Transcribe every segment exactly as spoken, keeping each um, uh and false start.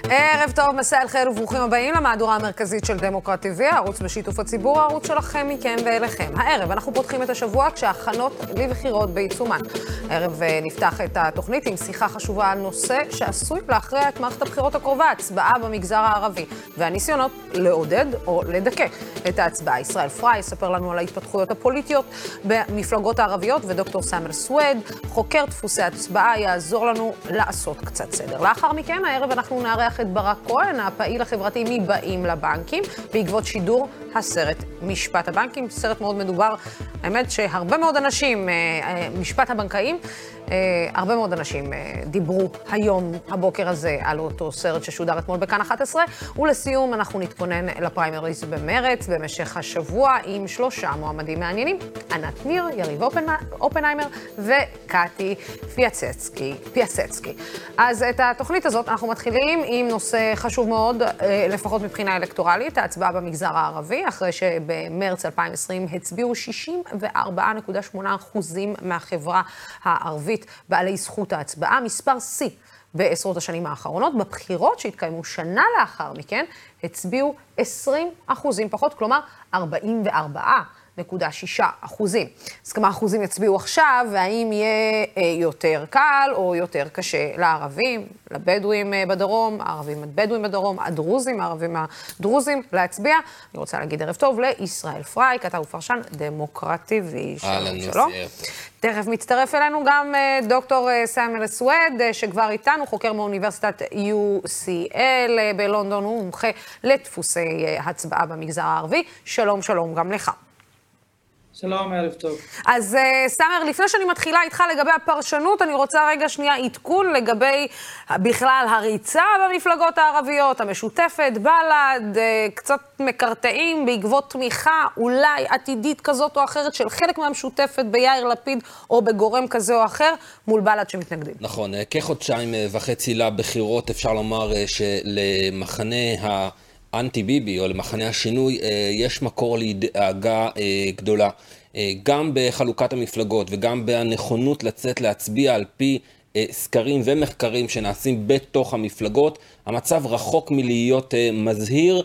ערב טוב, מסע אל חיר וברוכים הבאים למהדורה המרכזית של דמוקרט טי וי, הערוץ בשיתוף הציבור, הערוץ שלכם, מכם ואליכם. הערב אנחנו פותחים את השבוע כשההכנות לבחירות בעיצומן. הערב נפתח את התוכנית עם שיחה חשובה על נושא שעשוי להכריע את מערכת הבחירות הקרובה, הצבעה במגזר הערבי, והניסיונות לעודד או לדכא את ההצבעה. ישראל פריי יספר לנו על ההתפתחויות הפוליטיות במפלגות הערביות, ודוקטור סאמר סואד, חוקר דפוסי הצבעה, יעזור לנו לעשות קצת סדר. לאחר מכן, הערב אנחנו נארח את ברק כהן, הפעיל החברתי מבאים לבנקים, בעקבות שידור הסרט משפט הבנקים, סרט מאוד מדובר. האמת שהרבה מאוד אנשים, משפט הבנקאים, הרבה מאוד אנשים דיברו היום, הבוקר הזה, על אותו סרט ששודר אתמול בכאן אחת עשרה, ולסיום אנחנו נתכונן לפריימריז במרץ במשך השבוע עם שלושה מועמדים מעניינים, ענת ניר, יריב אופנהיימר וקטי פיאסצקי. פיאסצקי. אז את התוכנית הזאת אנחנו מתחילים עם נושא חשוב מאוד, לפחות מבחינה אלקטורלית, ההצבעה במגזר הערבי, אחרי שבמרץ אלפיים ועשרים הצביעו שישים וארבע נקודה שמונה אחוז מהחברה הערבית בעלי זכות ההצבעה, מספר שיא בעשרות השנים האחרונות. בבחירות שהתקיימו שנה לאחר מכן, הצביעו עשרים אחוזים פחות, כלומר ארבעים וארבע נקודה שישה אחוזים. אז כמה אחוזים יצביעו עכשיו, והאם יהיה יותר קל או יותר קשה לערבים, לבדואים בדרום, הערבים הבדואים בדרום, הדרוזים, הערבים הדרוזים, להצביע? אני רוצה להגיד ערב טוב לישראל פריי, כתב ופרשן דמוקרט טי וי. שלום, שלום. תכף מצטרף אלינו גם דוקטור סאמר סואד, שכבר איתנו, חוקר מאוניברסיטת יו סי אל בלונדון, הוא מומחה לדפוסי הצבעה במגזר הערבי. שלום, שלום גם לך. שלום, ערב טוב. אז סאמר, לפני שאני מתחילה איתך לגבי הפרשנות, אני רוצה רגע שנייה עדכון לגבי בכלל הריצה במפלגות הערביות, המשותפת, בל"ד, קצת מקרטעים בעקבות תמיכה אולי עתידית כזאת או אחרת של חלק מהמשותפת ביאיר לפיד או בגורם כזה או אחר מול בל"ד שמתנגדים. נכון, כחודשיים וחצי לבחירות אפשר לומר שלמחנה ה... אנטי ביבי או למחנה השינוי יש מקור לדאגה גדולה, גם בחלוקת המפלגות וגם בנכונות לצאת להצביע על פי סקרים ומחקרים שנעשים בתוך המפלגות. המצב רחוק מלהיות מזהיר,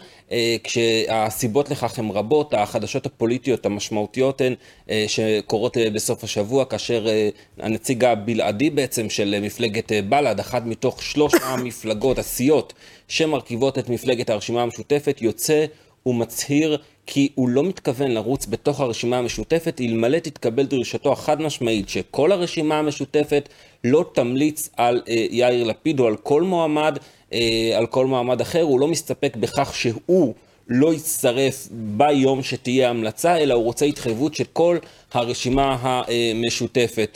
כשהסיבות לכך הן רבות. החדשות הפוליטיות המשמעותיות הן שקורות בסוף השבוע, כאשר הנציג הבלעדי בעצם של מפלגת בל"ד, אחת מתוך שלוש המפלגות הסיעות שמרכיבות את מפלגת הרשימה המשותפת, יוצא ומצהיר כי הוא לא מתכוון לרוץ בתוך הרשימה המשותפת, אלמלא תתקבל דרישתו החד משמעית שכל הרשימה המשותפת לא תמליץ על אה, יאיר לפיד או על כל מועמד, אה, על כל מועמד אחר. הוא לא מסתפק בכך שהוא לא יצטרף ביום שתהיה המלצה, אלא הוא רוצה התחייבות של כל הרשימה המשותפת.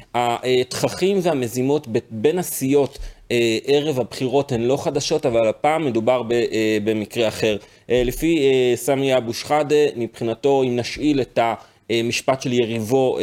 התככים והמזימות בין הסיעות ערב הבחירות הן לא חדשות, אבל הפעם מדובר במקרה אחר. לפי סמי אבו שחאדה, מבחינתו, אם נשאיל את המשפט של יריבו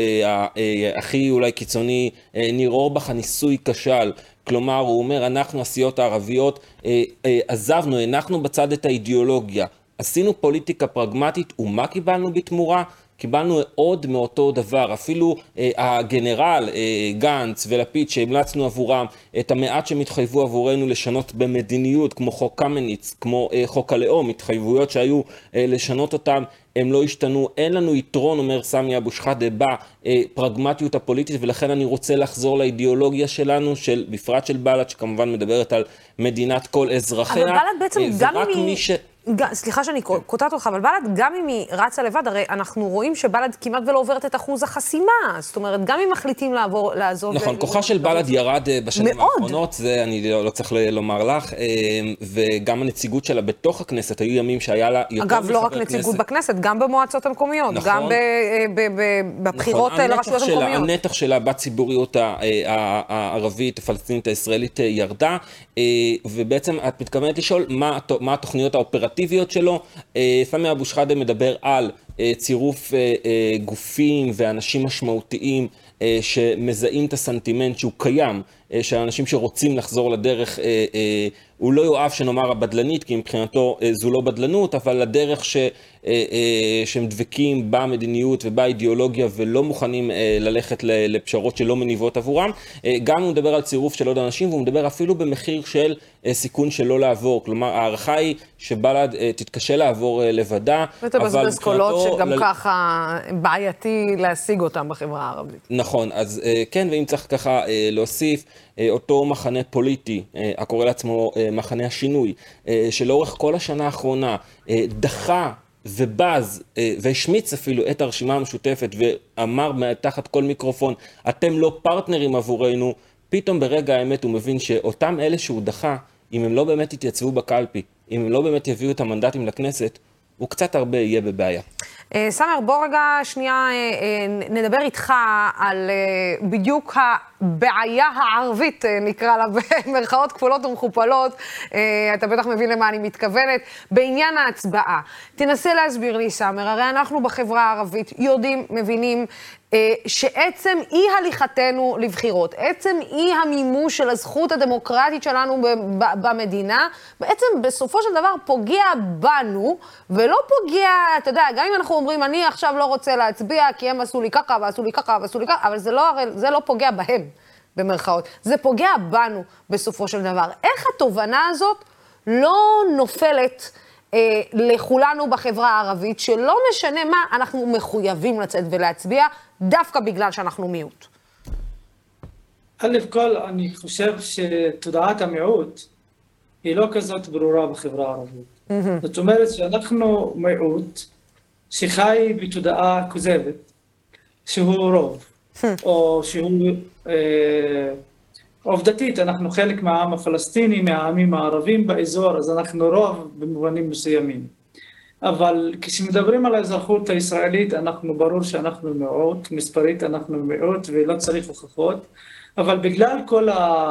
הכי אולי קיצוני, ניר אורבך, הניסוי כשל. כלומר, הוא אומר, אנחנו הסיעות הערביות עזבנו, הנחנו בצד את האידיאולוגיה, עשינו פוליטיקה פרגמטית, ומה קיבלנו בתמורה? קיבלנו עוד מאותו דבר. אפילו אה, הגנרל אה, גנץ ולפיד שהמלצנו עבורם את המעט שהם התחייבו עבורנו לשנות במדיניות, כמו חוק קמניץ, כמו אה, חוק הלאום, התחייבויות שהיו אה, לשנות אותם, הם לא השתנו. אין לנו יתרון, אומר סמי אבו שחאדה, בפרגמטיות הפוליטית, ולכן אני רוצה לחזור לאידיאולוגיה שלנו, של, בפרט של בל"ד, שכמובן מדברת על מדינת כל אזרחיה. אבל בל"ד בעצם אה, גם ורק מי... מי ש... סליחה שאני קוטעת אותך, אבל בל"ד, גם אם היא רצה לבד, הרי אנחנו רואים שבל"ד כמעט ולא עוברת את אחוז החסימה. זאת אומרת, גם אם מחליטים לעבור, לעזוב... נכון, כוחה של בל"ד ירד בשנים האחרונות, זה אני לא צריך לומר לך, וגם הנציגות שלה בתוך הכנסת, היו ימים שהיה לה יותר אגב, לא רק נציגות בכנסת, גם במועצות המקומיות, גם בבחירות לרשויות המקומיות. הנתח שלה בציבוריות הערבית, הפלסטינית, הישראלית ירדה, ובעצם את מתכוונת לשאול מה התוכניות האופרטיביות שלו. סמי אבו שחאדה מדבר על צירוף גופים ואנשים משמעותיים שמזהים את הסנטימנט שהוא קיים של אנשים שרוצים לחזור לדרך, הוא לא יאהב שנאמר הבדלנית, כי מבחינתו זו לא בדלנות, אבל הדרך ש, שהם דבקים במדיניות ובאידיאולוגיה ולא מוכנים ללכת לפשרות שלא מניבות עבורם. גם הוא מדבר על צירוף של עוד אנשים, והוא מדבר אפילו במחיר של סיכון שלא לעבור. כלומר, הערכה היא שבל"ד תתקשה לעבור לבדה. ותבזבז קולות שגם ל... ככה בעייתי להשיג אותם בחברה הערבית. נכון, אז כן, ואם צריך ככה להוסיף, אותו מחנה פוליטי, הקורא לעצמו מחנה השינוי, שלאורך כל השנה האחרונה דחה ובז והשמיץ אפילו את הרשימה המשותפת ואמר תחת כל מיקרופון, אתם לא פרטנרים עבורנו, פתאום ברגע האמת הוא מבין שאותם אלה שהוא דחה, אם הם לא באמת יתייצבו בקלפי, אם הם לא באמת יביאו את המנדטים לכנסת, הוא קצת הרבה יהיה בבעיה. סמר, בוא רגע שנייה נדבר איתך על בדיוק הבעיה הערבית, נקרא לה במרכאות כפולות ומכופלות. אתה בטח מבין למה אני מתכוונת. בעניין ההצבעה, תנסה להסביר לי, סמר, הרי אנחנו בחברה הערבית יודעים, מבינים, שעצם אי הליכתנו לבחירות, עצם אי המימוש של הזכות הדמוקרטית שלנו במדינה, בעצם בסופו של דבר פוגע בנו, ולא פוגע, אתה יודע, גם אם אנחנו אומרים, אני עכשיו לא רוצה להצביע, כי הם עשו לי ככה, ועשו לי ככה, ועשו לי ככה, אבל זה לא, זה לא פוגע בהם, במרכאות. זה פוגע בנו בסופו של דבר. איך התובנה הזאת לא נופלת אה, לכולנו בחברה הערבית, שלא משנה מה, אנחנו מחויבים לצאת ולהצביע, דווקא בגלל שאנחנו מיעוט? א' כל, אני חושב שתודעת המיעוט היא לא כזאת ברורה בחברה הערבית. Mm-hmm. זאת אומרת שאנחנו מיעוט שחי בתודעה כוזבת, שהוא רוב, או שהוא אה, עובדתית, אנחנו חלק מהעם הפלסטיני, מהעמים הערבים באזור, אז אנחנו רוב במובנים מסוימים. אבל כשמדברים על האזרחות הישראלית, אנחנו ברור שאנחנו מיעוט, מספרית אנחנו מיעוט ולא צריך הוכחות, אבל בגלל כל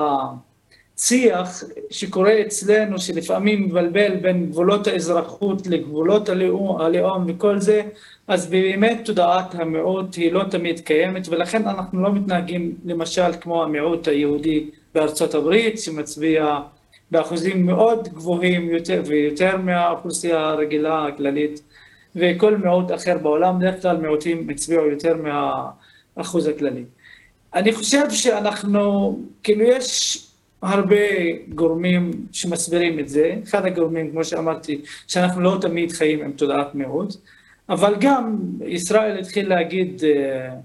השיח שקורה אצלנו, שלפעמים מבלבל בין גבולות האזרחות לגבולות הלאום, הלאום וכל זה, אז באמת תודעת המיעוט היא לא תמיד קיימת, ולכן אנחנו לא מתנהגים למשל כמו המיעוט היהודי בארצות הברית, שמצביע באחוזים מאוד גבוהים יותר ויותר מהאוכלוסייה הרגילה הכללית, וכל מיעוט אחר בעולם, בדרך כלל מיעוטים הצביעו יותר מהאחוז הכללי. אני חושב שאנחנו, כאילו יש הרבה גורמים שמסבירים את זה, אחד הגורמים, כמו שאמרתי, שאנחנו לא תמיד חיים עם תודעת מיעוט, אבל גם ישראל התחיל להגיד uh,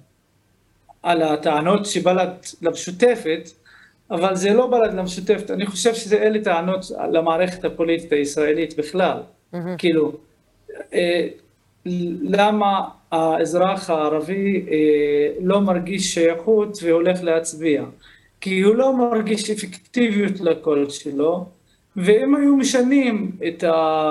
על הטענות שבל"ד למשותפת, אבל זה לא בל"ד למשותפת, אני חושב שזה אלה טענות למערכת הפוליטית הישראלית בכלל. Mm-hmm. כאילו, אה, למה האזרח הערבי אה, לא מרגיש שייכות והולך להצביע? כי הוא לא מרגיש אפקטיביות לקול שלו, ואם היו משנים את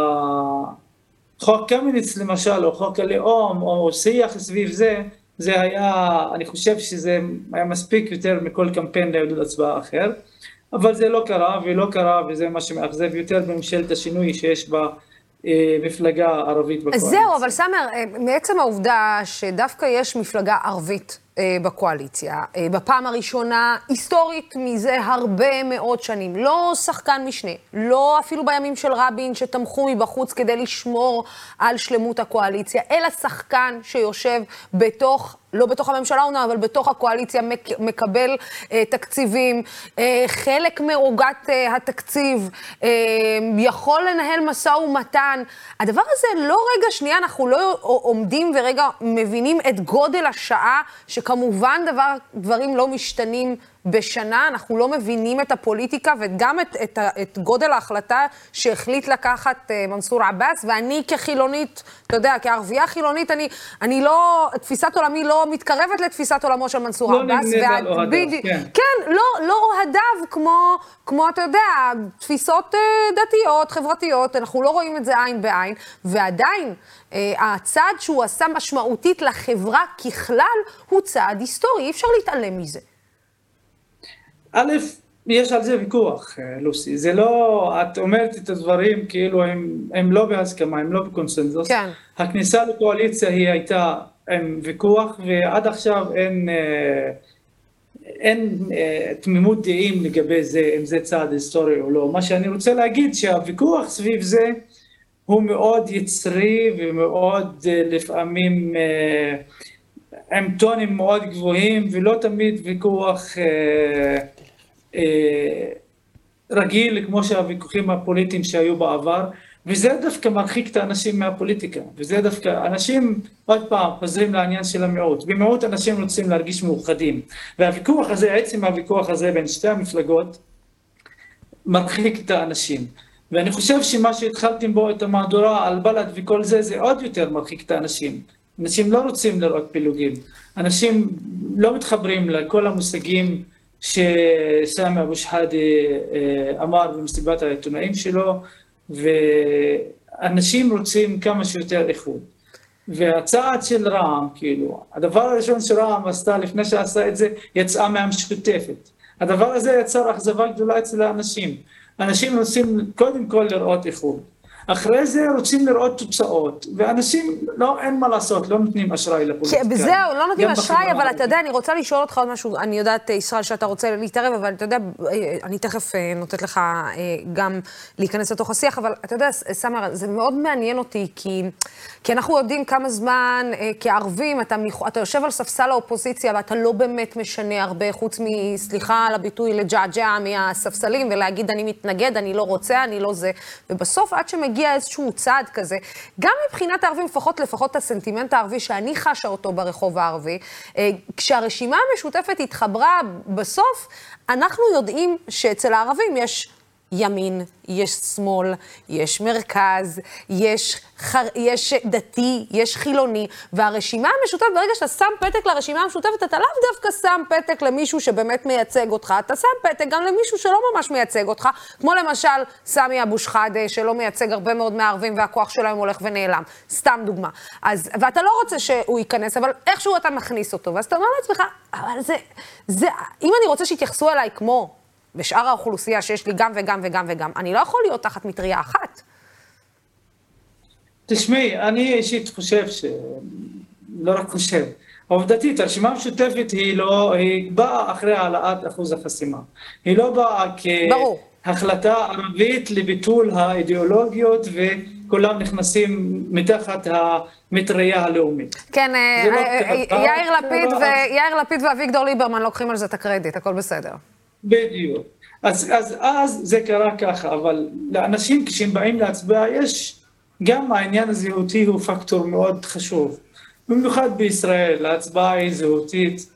חוק קמיניץ למשל, או חוק הלאום, או שיח סביב זה, זה היה, אני חושב שזה היה מספיק יותר מכל קמפיין לעידוד הצבעה אחר, אבל זה לא קרה, ולא קרה, וזה מה שמאכזב יותר בממשלת השינוי שיש בה אה, מפלגה ערבית בקואליציה. זהו, אבל סמר, מעצם העובדה שדווקא יש מפלגה ערבית אה, בקואליציה, אה, בפעם הראשונה, היסטורית מזה הרבה מאוד שנים, לא שחקן משנה, לא אפילו בימים של רבין שתמכו מבחוץ כדי לשמור על שלמות הקואליציה, אלא שחקן שיושב בתוך, לא בתוך הממשלה, אבל בתוך הקואליציה מקבל אה, תקציבים, אה, חלק מעוגת אה, התקציב, אה, יכול לנהל מסע ומתן. הדבר הזה לא רגע שנייה, אנחנו לא עומדים ורגע מבינים את גודל השעה, שכמובן דבר, דברים לא משתנים בשנה, אנחנו לא מבינים את הפוליטיקה וגם את, את, את גודל ההחלטה שהחליט לקחת uh, מנסור עבאס, ואני כחילונית, אתה יודע, כערבייה חילונית, אני, אני לא, תפיסת עולמי לא מתקרבת לתפיסת עולמו של מנסור לא עבאס. נמנית על אוהדיו, בידי, כן. כן, לא, לא אוהדיו כמו, כמו, אתה יודע, תפיסות uh, דתיות, חברתיות, אנחנו לא רואים את זה עין בעין, ועדיין, uh, הצעד שהוא עשה משמעותית לחברה ככלל, הוא צעד היסטורי, אי אפשר להתעלם מזה. א', יש על זה ויכוח, לוסי. זה לא, את אומרת את הדברים כאילו הם, הם לא בהסכמה, הם לא בקונסנזוס. כן. הכניסה לקואליציה היא הייתה עם ויכוח, ועד עכשיו אין, אין תמימות דעים לגבי זה, אם זה צעד היסטורי או לא. מה שאני רוצה להגיד שהוויכוח סביב זה הוא מאוד יצרי ומאוד לפעמים עם טונים מאוד גבוהים, ולא תמיד ויכוח רגיל כמו שהוויכוחים הפוליטיים שהיו בעבר, וזה דווקא מרחיק את האנשים מהפוליטיקה, וזה דווקא, אנשים עוד פעם חוזרים לעניין של המיעוט, במיעוט אנשים רוצים להרגיש מאוחדים, והוויכוח הזה, עצם הוויכוח הזה בין שתי המפלגות, מרחיק את האנשים. ואני חושב שמה שהתחלתם בו את המהדורה על בל"ד וכל זה, זה עוד יותר מרחיק את האנשים. אנשים לא רוצים לראות פילוגים, אנשים לא מתחברים לכל המושגים שסמי אבו שחאדה אמר במסיבת העיתונאים שלו, ואנשים רוצים כמה שיותר איחוד. והצעד של רע"מ, כאילו, הדבר הראשון שרע"מ עשתה לפני שעשה את זה, יצאה מהמשותפת. הדבר הזה יצר אכזבה גדולה אצל האנשים. אנשים רוצים קודם כל לראות איחוד. אחרי זה רוצים לראות תוצאות, ואנשים, לא, אין מה לעשות, לא נותנים אשראי לפוליטיקאים. זהו, לא נותנים אשראי, אבל אתה יודע, אני רוצה לשאול אותך עוד משהו, אני יודעת, ישראל, שאתה רוצה להתערב, אבל אתה יודע, אני תכף נותנת לך גם להיכנס לתוך השיח, אבל אתה יודע, סמר, זה מאוד מעניין אותי, כי, כי אנחנו יודעים כמה זמן, כערבים, אתה, אתה יושב על ספסל האופוזיציה, ואתה לא באמת משנה הרבה, חוץ מסליחה על הביטוי לג'עג'ע מהספסלים, ולהגיד, אני מתנגד, אני לא רוצה, אני לא זה, ובסוף, עד שמגיע הגיע איזשהו צעד כזה, גם מבחינת הערבים, לפחות לפחות הסנטימנט הערבי שאני חשה אותו ברחוב הערבי, כשהרשימה המשותפת התחברה בסוף, אנחנו יודעים שאצל הערבים יש ימין, יש שמאל, יש מרכז, יש, חר... יש דתי, יש חילוני, והרשימה המשותפת, ברגע שאתה שם פתק לרשימה המשותפת, אתה לאו דווקא שם פתק למישהו שבאמת מייצג אותך, אתה שם פתק גם למישהו שלא ממש מייצג אותך, כמו למשל סמי אבו שחאדה, שלא מייצג הרבה מאוד מהערבים, והכוח שלהם הולך ונעלם. סתם דוגמה. אז, ואתה לא רוצה שהוא ייכנס, אבל איכשהו אתה מכניס אותו, ואז אתה אומר לעצמך, אבל זה, זה, אם אני רוצה שיתייחסו אליי כמו בשאר האוכלוסייה שיש לי גם וגם וגם וגם, אני לא יכול להיות תחת מטריה אחת. תשמעי, אני אישית חושב ש... לא רק חושב. העובדתית, הרשימה המשותפת היא לא... היא באה אחרי העלאת אחוז החסימה. היא לא באה כהחלטה ערבית לביטול האידיאולוגיות וכולם נכנסים מתחת המטריה הלאומית. כן, יאיר לפיד ו... יאיר לפיד ואביגדור ליברמן לוקחים על זה את הקרדיט, הכל בסדר. בדיוק. אז, אז, אז זה קרה ככה, אבל לאנשים כשהם באים להצביע, יש גם העניין הזהותי הוא פקטור מאוד חשוב. במיוחד בישראל, ההצבעה היא זהותית,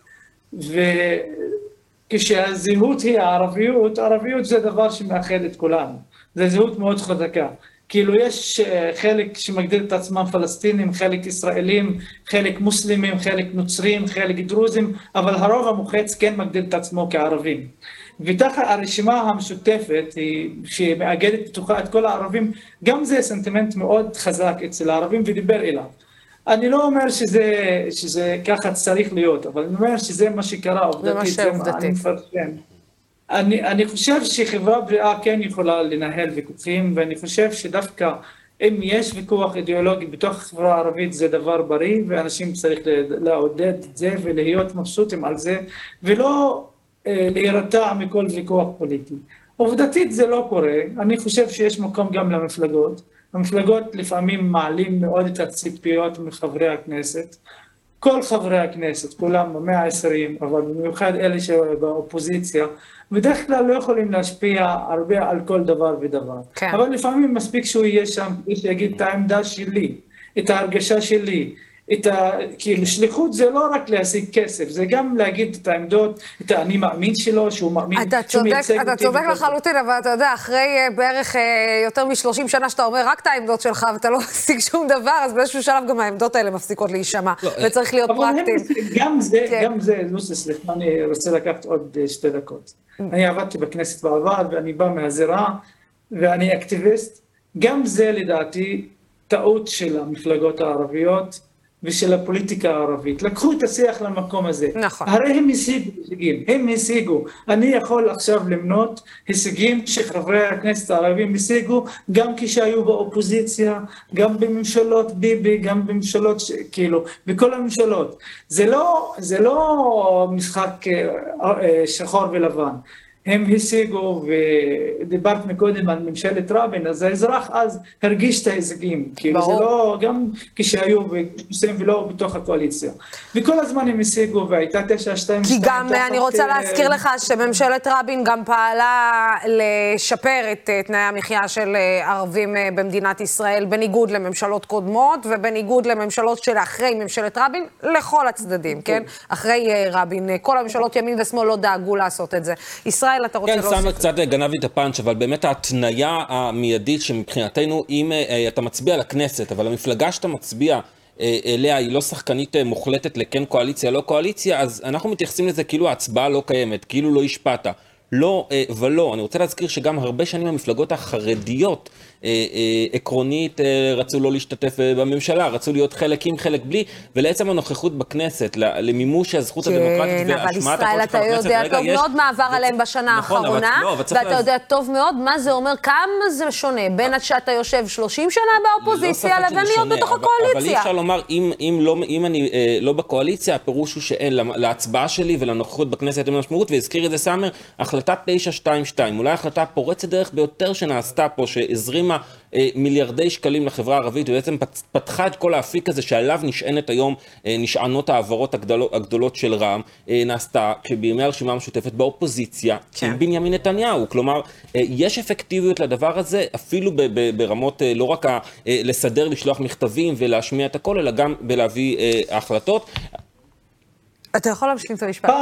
וכשהזהות היא הערביות, הערביות זה דבר שמאחד את כולנו. זה זהות מאוד חזקה. כאילו יש חלק שמגדיר את עצמם פלסטינים, חלק ישראלים, חלק מוסלמים, חלק נוצרים, חלק דרוזים, אבל הרוב המוחץ כן מגדיר את עצמו כערבים. ותחת הרשימה המשותפת, שמאגדת בתוכה את כל הערבים, גם זה סנטימנט מאוד חזק אצל הערבים ודיבר אליו. אני לא אומר שזה, שזה ככה צריך להיות, אבל אני אומר שזה מה שקרה, עובדתית, זה מה אני מפרשם. אני, אני חושב שחברה בריאה כן יכולה לנהל ויכוחים, ואני חושב שדווקא אם יש ויכוח אידיאולוגי בתוך החברה הערבית זה דבר בריא, ואנשים צריך לעודד את זה ולהיות מבסוטים על זה, ולא אה, להירתע מכל ויכוח פוליטי. עובדתית זה לא קורה, אני חושב שיש מקום גם למפלגות. המפלגות לפעמים מעלים מאוד את הציפיות מחברי הכנסת. כל חברי הכנסת, כולם ב-מאה ועשרים, אבל במיוחד אלה שבאופוזיציה, בדרך כלל לא יכולים להשפיע הרבה על כל דבר ודבר. כן. אבל לפעמים מספיק שהוא יהיה שם, כדי שיגיד את העמדה שלי, את ההרגשה שלי, את ה... כאילו, שליחות זה לא רק להשיג כסף, זה גם להגיד את העמדות, את האני מאמין שלו, שהוא מאמין, שהוא מייצג אותי. אתה צודק לחלוטין, אבל אתה יודע, אחרי בערך יותר מ-שלושים שנה שאתה אומר רק את העמדות שלך, ואתה לא משיג שום דבר, אז באיזשהו שלב גם העמדות האלה מפסיקות להישמע, וצריך להיות פרקטיים. גם זה, גם זה, לוסי, סליחה, אני רוצה לקחת עוד שתי דקות. אני עבדתי בכנסת בעבר, ואני בא מהזירה, ואני אקטיביסט. גם זה, לדעתי, טעות של המפלגות הערביות, ושל הפוליטיקה הערבית. לקחו את השיח למקום הזה. נכון. הרי הם השיגו הישגים, הם השיגו. אני יכול עכשיו למנות הישגים שחברי הכנסת הערבים השיגו, גם כשהיו באופוזיציה, גם בממשלות ביבי, גם בממשלות, ש... כאילו, בכל הממשלות. זה לא, זה לא משחק שחור ולבן. הם השיגו, ודיברת מקודם על ממשלת רבין, אז האזרח אז הרגיש את ההישגים, כאילו זה לא, גם כשהיו בקוסם ולא בתוך הקואליציה. וכל הזמן הם השיגו, והייתה תשע שתיים שתיים. כי גם אני רוצה להזכיר לך שממשלת רבין גם פעלה לשפר את תנאי המחיה של ערבים במדינת ישראל, בניגוד לממשלות קודמות, ובניגוד לממשלות של אחרי ממשלת רבין, לכל הצדדים, כן? אחרי רבין, כל הממשלות ימין ושמאל לא דאגו לעשות את זה. ישראל, אתה רוצה כן, סמר קצת גנב את הפאנץ', אבל באמת ההתניה המיידית שמבחינתנו, אם אתה מצביע לכנסת, אבל המפלגה שאתה מצביע אליה היא לא שחקנית מוחלטת לכן קואליציה, לא קואליציה, אז אנחנו מתייחסים לזה כאילו ההצבעה לא קיימת, כאילו לא השפעת. לא ולא. אני רוצה להזכיר שגם הרבה שנים המפלגות החרדיות עקרונית רצו לא להשתתף בממשלה, רצו להיות חלק עם חלק בלי, ולעצם הנוכחות בכנסת, למימוש הזכות הדמוקרטית והשמעת הקול שלך בכנסת. אבל ישראל, אתה יודע טוב מאוד מה עבר עליהם בשנה האחרונה, ואתה יודע טוב מאוד מה זה אומר, כמה זה שונה, בין שאתה יושב שלושים שנה באופוזיציה לבין להיות בתוך הקואליציה. אבל אי אפשר לומר, אם אני לא בקואליציה, הפירוש הוא שאין להצבעה שלי ולנוכחות בכנסת אין משמעות, והזכיר את זה סמר, החלטת תשע שתיים שתיים, אולי החלטה פורצת דרך ביותר שנעשתה פה, שהזרימה מיליארדי שקלים לחברה הערבית, ובעצם פתחה את כל האפיק הזה שעליו נשענת היום, נשענות העברות הגדולות של רע"מ, נעשתה כשבימי הרשימה המשותפת באופוזיציה, עם בנימין נתניהו. כלומר, יש אפקטיביות לדבר הזה, אפילו ברמות לא רק לסדר, לשלוח מכתבים ולהשמיע את הכל, אלא גם בלהביא החלטות. אתה יכול להמשיך את המשפט.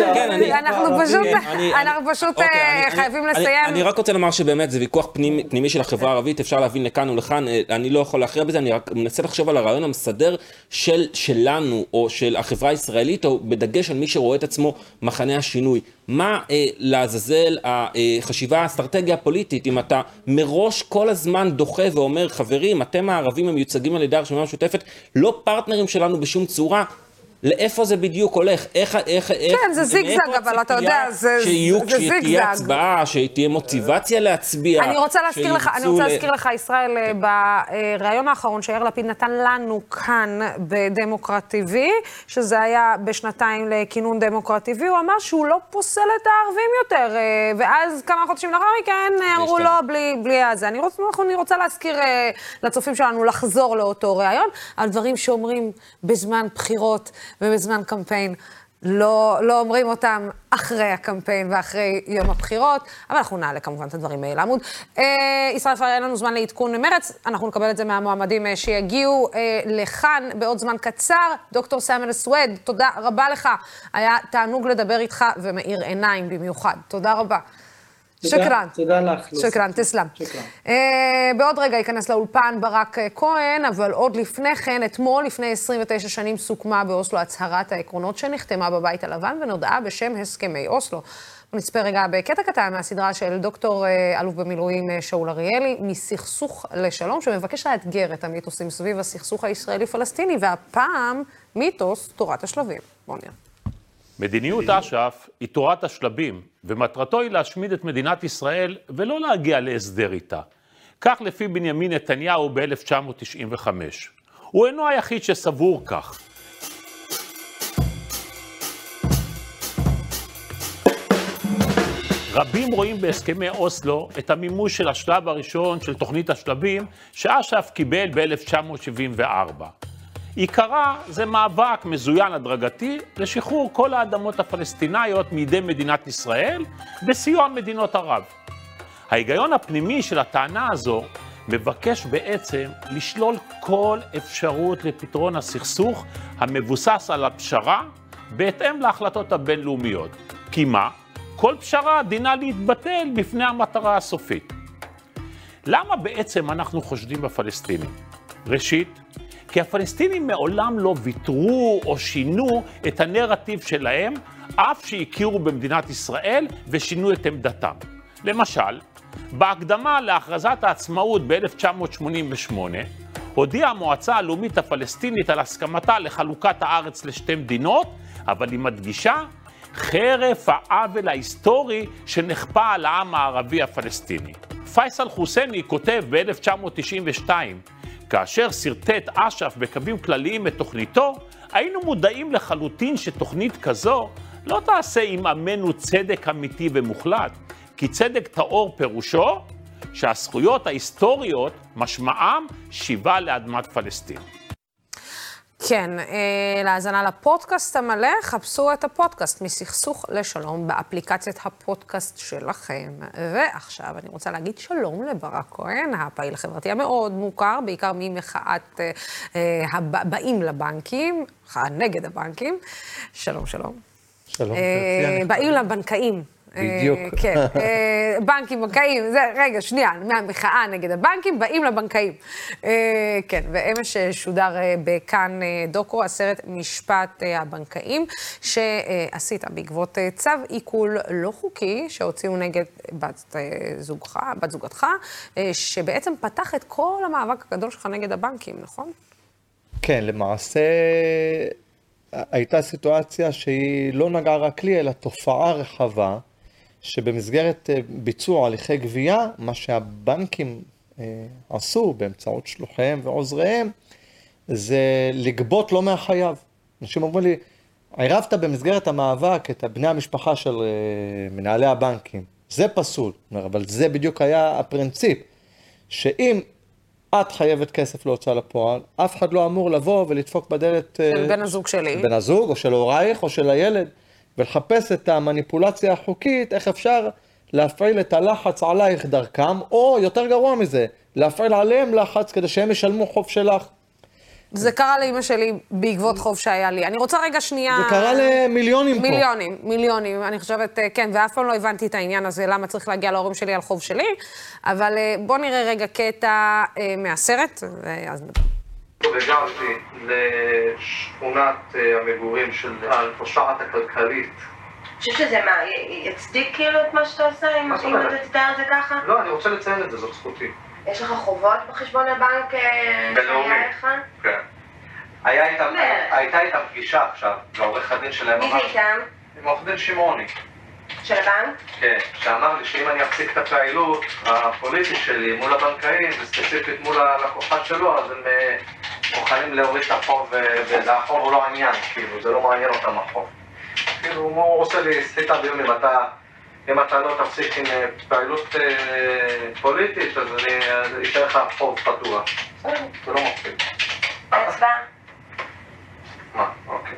אנחנו פשוט חייבים לסיים. אני רק רוצה לומר שבאמת זה ויכוח פנימי של החברה הערבית, אפשר להבין לכאן ולכאן, אני לא יכול להכריע בזה, אני רק מנסה לחשוב על הרעיון המסדר שלנו, או של החברה הישראלית, או בדגש על מי שרואה את עצמו מחנה השינוי. מה לעזאזל החשיבה, האסטרטגיה הפוליטית, אם אתה מראש כל הזמן דוחה ואומר, חברים, אתם הערבים המיוצגים על ידי הרשימה המשותפת, לא פרטנרים שלנו בשום צורה, לאיפה זה בדיוק הולך? איך, איך, כן, זה זיגזג, אבל אתה יודע, זה זיגזג. שתהיה הצבעה, שתהיה מוטיבציה להצביע. אני רוצה להזכיר לך, אני רוצה להזכיר לך, ישראל, ברעיון האחרון שיאיר לפיד נתן לנו כאן בדמוקרט טי וי, שזה היה בשנתיים לכינון דמוקרט טי וי, הוא אמר שהוא לא פוסל את הערבים יותר, ואז כמה חודשים לאחר מכן אמרו לו בלי הזה. אני רוצה להזכיר לצופים שלנו לחזור לאותו רעיון, על דברים שאומרים בזמן בחירות, ובזמן קמפיין לא, לא אומרים אותם אחרי הקמפיין ואחרי יום הבחירות, אבל אנחנו נעלה כמובן את הדברים מאל עמוד. אה, ישראל פאר, אין לנו זמן לעדכון מרץ, אנחנו נקבל את זה מהמועמדים אה, שיגיעו אה, לכאן בעוד זמן קצר. דוקטור סאמר סווד, תודה רבה לך, היה תענוג לדבר איתך ומאיר עיניים במיוחד, תודה רבה. שוקרן. תודה לך. שוקרן, תסלם. בעוד רגע ייכנס לאולפן ברק כהן, אבל עוד לפני כן, אתמול, לפני עשרים ותשע שנים, סוכמה באוסלו הצהרת העקרונות שנחתמה בבית הלבן ונודעה בשם הסכמי אוסלו. נצפה רגע בקטע קטן מהסדרה של דוקטור אלוף במילואים שאול אריאלי, מסכסוך לשלום, שמבקש לאתגר את המיתוסים סביב הסכסוך הישראלי-פלסטיני, והפעם מיתוס תורת השלבים. בוא נראה. מדיניות אש"ף היא תורת השלבים, ומטרתו היא להשמיד את מדינת ישראל ולא להגיע להסדר איתה. כך לפי בנימין נתניהו ב-אלף תשע מאות תשעים וחמש. הוא אינו היחיד שסבור כך. רבים רואים בהסכמי אוסלו את המימוש של השלב הראשון של תוכנית השלבים שאש"ף קיבל ב-אלף תשע מאות שבעים וארבע. עיקרה זה מאבק מזוין הדרגתי לשחרור כל האדמות הפלסטיניות מידי מדינת ישראל בסיוע מדינות ערב. ההיגיון הפנימי של הטענה הזו מבקש בעצם לשלול כל אפשרות לפתרון הסכסוך המבוסס על הפשרה בהתאם להחלטות הבינלאומיות. כי מה? כל פשרה דינה להתבטל בפני המטרה הסופית. למה בעצם אנחנו חושדים בפלסטינים? ראשית, כי הפלסטינים מעולם לא ויתרו או שינו את הנרטיב שלהם, אף שהכירו במדינת ישראל ושינו את עמדתם. למשל, בהקדמה להכרזת העצמאות ב-אלף תשע מאות שמונים ושמונה, הודיעה המועצה הלאומית הפלסטינית על הסכמתה לחלוקת הארץ לשתי מדינות, אבל היא מדגישה חרף העוול ההיסטורי שנכפה על העם הערבי הפלסטיני. פייסל חוסייני כותב ב-אלף תשע מאות תשעים ושתיים, כאשר סרטט אש"ף בקווים כלליים את תוכניתו, היינו מודעים לחלוטין שתוכנית כזו לא תעשה עם עמנו צדק אמיתי ומוחלט, כי צדק טהור פירושו שהזכויות ההיסטוריות משמעם שיבה לאדמת פלסטין. כן, להאזנה לפודקאסט המלא, חפשו את הפודקאסט מסכסוך לשלום באפליקציית הפודקאסט שלכם. ועכשיו אני רוצה להגיד שלום לברק כהן, הפעיל החברתי המאוד מוכר, בעיקר ממחאת הבאים לבנקים, מחאה נגד הבנקים. שלום, שלום. שלום. באים לבנקאים. בדיוק. כן, בנקים, בנקאים, זה, רגע, שנייה, מהמחאה נגד הבנקים, באים לבנקאים. כן, ואמש שודר בכאן דוקו, הסרט משפט הבנקאים, שעשית בעקבות צו עיקול לא חוקי, שהוציאו נגד בת זוגך, בת זוגתך, שבעצם פתח את כל המאבק הגדול שלך נגד הבנקים, נכון? כן, למעשה הייתה סיטואציה שהיא לא נגעה רק לי, אלא תופעה רחבה, שבמסגרת ביצוע הליכי גבייה, מה שהבנקים אה, עשו באמצעות שלוחיהם ועוזריהם, זה לגבות לא מהחייב. אנשים אומרים לי, עירבת במסגרת המאבק את בני המשפחה של אה, מנהלי הבנקים. זה פסול, אבל זה בדיוק היה הפרינציפ, שאם את חייבת כסף להוצאה לפועל, אף אחד לא אמור לבוא ולדפוק בדלת... של בן הזוג שלי. בן הזוג, או של הורייך, או של הילד, ולחפש את המניפולציה החוקית, איך אפשר להפעיל את הלחץ עלייך דרכם, או יותר גרוע מזה, להפעיל עליהם לחץ כדי שהם ישלמו חוב שלך. זה קרה לאמא שלי בעקבות חוב שהיה לי. אני רוצה רגע שנייה... זה קרה למיליונים פה. מיליונים, מיליונים. אני חושבת, כן, ואף פעם לא הבנתי את העניין הזה, למה צריך להגיע להורים שלי על חוב שלי, אבל בוא נראה רגע קטע מהסרט, ואז נדבר. הגעתי לשכונת המגורים של הפושעת הכלכלית. אני חושבת שזה מה, יצדיק כאילו את מה שאתה עושה, אם אתה תתאר את זה ככה? לא, אני רוצה לציין את זה, זאת זכותי. יש לך חובות בחשבון הבנק שהיה לך? כן. הייתה איתם פגישה עכשיו, לעורך הדין שלהם. מי זה איתם? עם עורך דין שמעוני. של הבנק? כן, שאמר לי שאם אני אפסיק את הפעילות הפוליטית שלי מול הבנקאים, וספציפית מול הלקוחה שלו, אז הם מוכנים להוריד את החוב, והחוב הוא לא עניין, כאילו, זה לא מעניין אותם החוב. כאילו, הוא עושה לי סחיטה באיום, אם אתה, אם אתה לא תפסיק עם פעילות פוליטית, אז אני אשאר לך חוב פתוח. זה לא מפחיד. הצבעה. מה? אוקיי.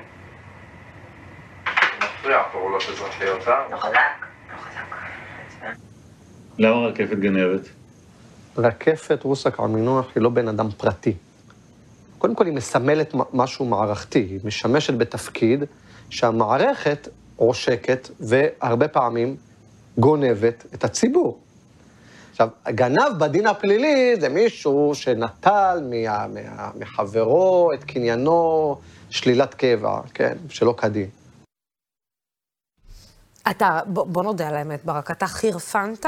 מפריע פעולות אזרחיות, אה? לא חזק, לא חזק. למה רקפת גנבת? רקפת רוסק המינוח היא לא בן אדם פרטי. קודם כל היא מסמלת משהו מערכתי, היא משמשת בתפקיד שהמערכת עושקת והרבה פעמים גונבת את הציבור. עכשיו, גנב בדין הפלילי זה מישהו שנטל מה, מה, מחברו את קניינו שלילת קבע, כן, שלא כדין. אתה, בוא, בוא נודה על האמת, ברק, אתה חירפנת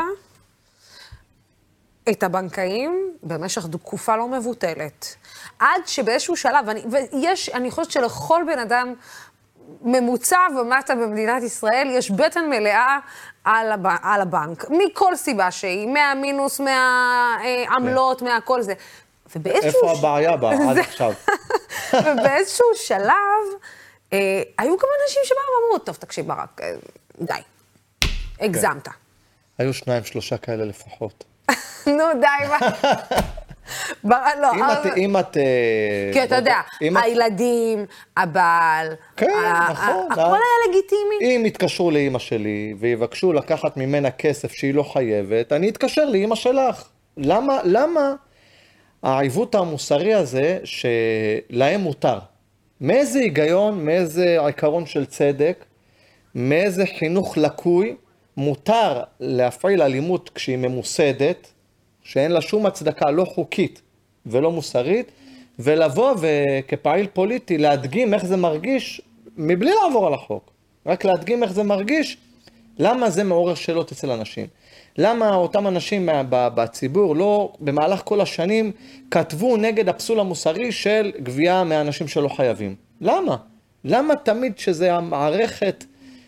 את הבנקאים במשך תקופה לא מבוטלת. עד שבאיזשהו שלב, ואני, ויש, אני חושבת שלכל בן אדם ממוצע ומטה במדינת ישראל, יש בטן מלאה על, הב, על הבנק, מכל סיבה שהיא, מהמינוס, מהעמלות, כן. מהכל זה. איפה הבעיה בה עד עכשיו? ובאיזשהו שלב, אה, היו גם אנשים שבאו ואמרו, טוב, תקשיב ברק, אה, די, הגזמת. כן. היו שניים, שלושה כאלה לפחות. נו, די, מה? אם את... כי אתה יודע, הילדים, הבעל, הכל היה לגיטימי. אם יתקשרו לאמא שלי ויבקשו לקחת ממנה כסף שהיא לא חייבת, אני אתקשר לאמא שלך. למה, למה העיוות המוסרי הזה שלהם מותר? מאיזה היגיון, מאיזה עיקרון של צדק, מאיזה חינוך לקוי, מותר להפעיל אלימות כשהיא ממוסדת, שאין לה שום הצדקה לא חוקית ולא מוסרית, ולבוא וכפעיל פוליטי להדגים איך זה מרגיש, מבלי לעבור על החוק, רק להדגים איך זה מרגיש, למה זה מעורר שאלות אצל אנשים. למה אותם אנשים בציבור לא במהלך כל השנים כתבו נגד הפסול המוסרי של גבייה מהאנשים שלא חייבים? למה? למה תמיד שזה המערכת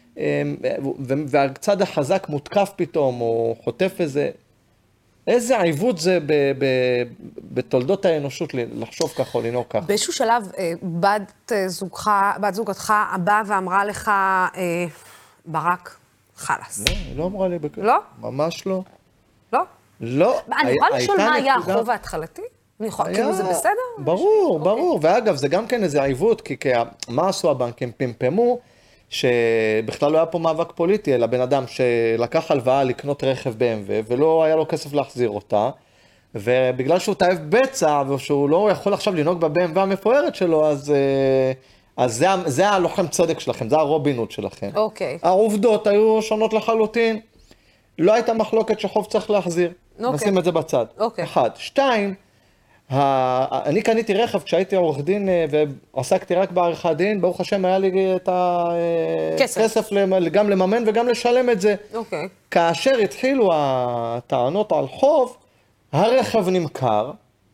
והצד החזק מותקף פתאום או חוטף איזה... איזה עיוות זה ב, ב, בתולדות האנושות לחשוב כך או לנהוג כך? באיזשהו שלב, בת זוגך, בת זוגתך באה ואמרה לך, ברק, חלס. לא, היא לא אמרה לי בכלל. לא? ממש לא. לא? לא. אני יכולה לשאול מה היה החוב ההתחלתי? אני יכולה, כאילו זה בסדר? ברור, ברור. ואגב, זה גם כן איזה עיוות, כי מה עשו הבנקים? פמפמו, שבכלל לא היה פה מאבק פוליטי, אלא בן אדם שלקח הלוואה לקנות רכב בי אם דאבליו, ולא היה לו כסף להחזיר אותה, ובגלל שהוא תאב בצע, ושהוא לא יכול עכשיו לנהוג בבי אם דאבליו המפוארת שלו, אז, אז זה, זה הלוחם צדק שלכם, זה הרובינות שלכם. אוקיי. העובדות היו שונות לחלוטין, לא הייתה מחלוקת שחוב צריך להחזיר. אוקיי. נשים את זה בצד. אוקיי. אחד. שתיים, אני קניתי רכב כשהייתי עורך דין ועסקתי רק בעריכת דין, ברוך השם היה לי את הכסף גם לממן וגם לשלם את זה. אוקיי. כאשר התחילו הטענות על חוב, הרכב נמכר,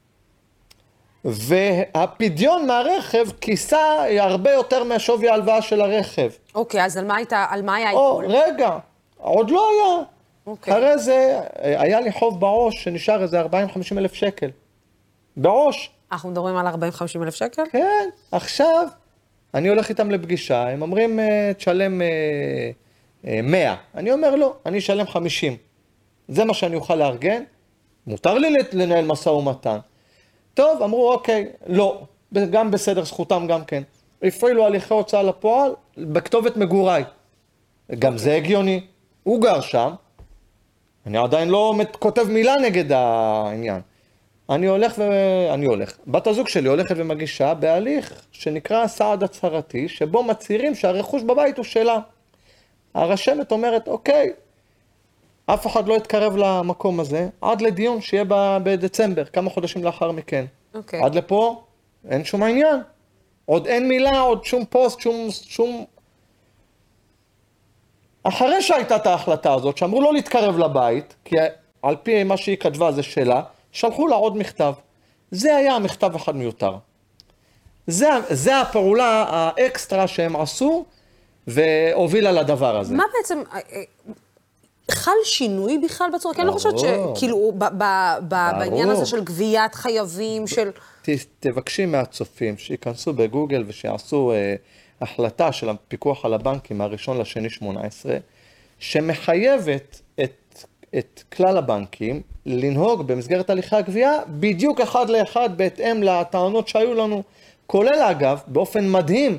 והפדיון מהרכב כיסה הרבה יותר מהשווי ההלוואה של הרכב. אוקיי, אז על מה הייתה, על מה היה או, רגע, עוד לא היה. אוקיי. אחרי זה היה לי חוב בעו"ש שנשאר איזה ארבעים חמישים אלף שקל. בעו"ש. אנחנו מדברים על ארבעים חמישים אלף שקל? כן, עכשיו אני הולך איתם לפגישה, הם אומרים, תשלם מאה. אני אומר לא, אני אשלם חמישים. זה מה שאני אוכל לארגן, מותר לי לנהל משא ומתן. טוב, אמרו אוקיי, לא, גם בסדר, זכותם גם כן. הפעילו הליכי הוצאה לפועל בכתובת מגוריי. גם זה הגיוני, הוא גר שם, אני עדיין לא כותב מילה נגד העניין. אני הולך ואני הולך. בת הזוג שלי הולכת ומגישה בהליך שנקרא סעד הצהרתי, שבו מצהירים שהרכוש בבית הוא שלה. הרשמת אומרת, אוקיי, אף אחד לא יתקרב למקום הזה, עד לדיון שיהיה בדצמבר, כמה חודשים לאחר מכן. אוקיי. עד לפה, אין שום העניין. עוד אין מילה, עוד שום פוסט, שום... שום... אחרי שהייתה את ההחלטה הזאת, שאמרו לא להתקרב לבית, כי על פי מה שהיא כתבה זה שלה, שלחו לה עוד מכתב. זה היה המכתב אחד מיותר. זה, זה הפעולה האקסטרה שהם עשו, והובילה לדבר הזה. מה בעצם, חל שינוי בכלל בצורה? כי אני לא חושבת שכאילו, בעניין הזה של גביית חייבים, של... תבקשי מהצופים שיכנסו בגוגל ושיעשו החלטה של הפיקוח על הבנקים מהראשון לשני שמונה עשרה, שמחייבת את, את כלל הבנקים לנהוג במסגרת הליכי הגבייה בדיוק אחד לאחד בהתאם לטענות שהיו לנו, כולל אגב, באופן מדהים,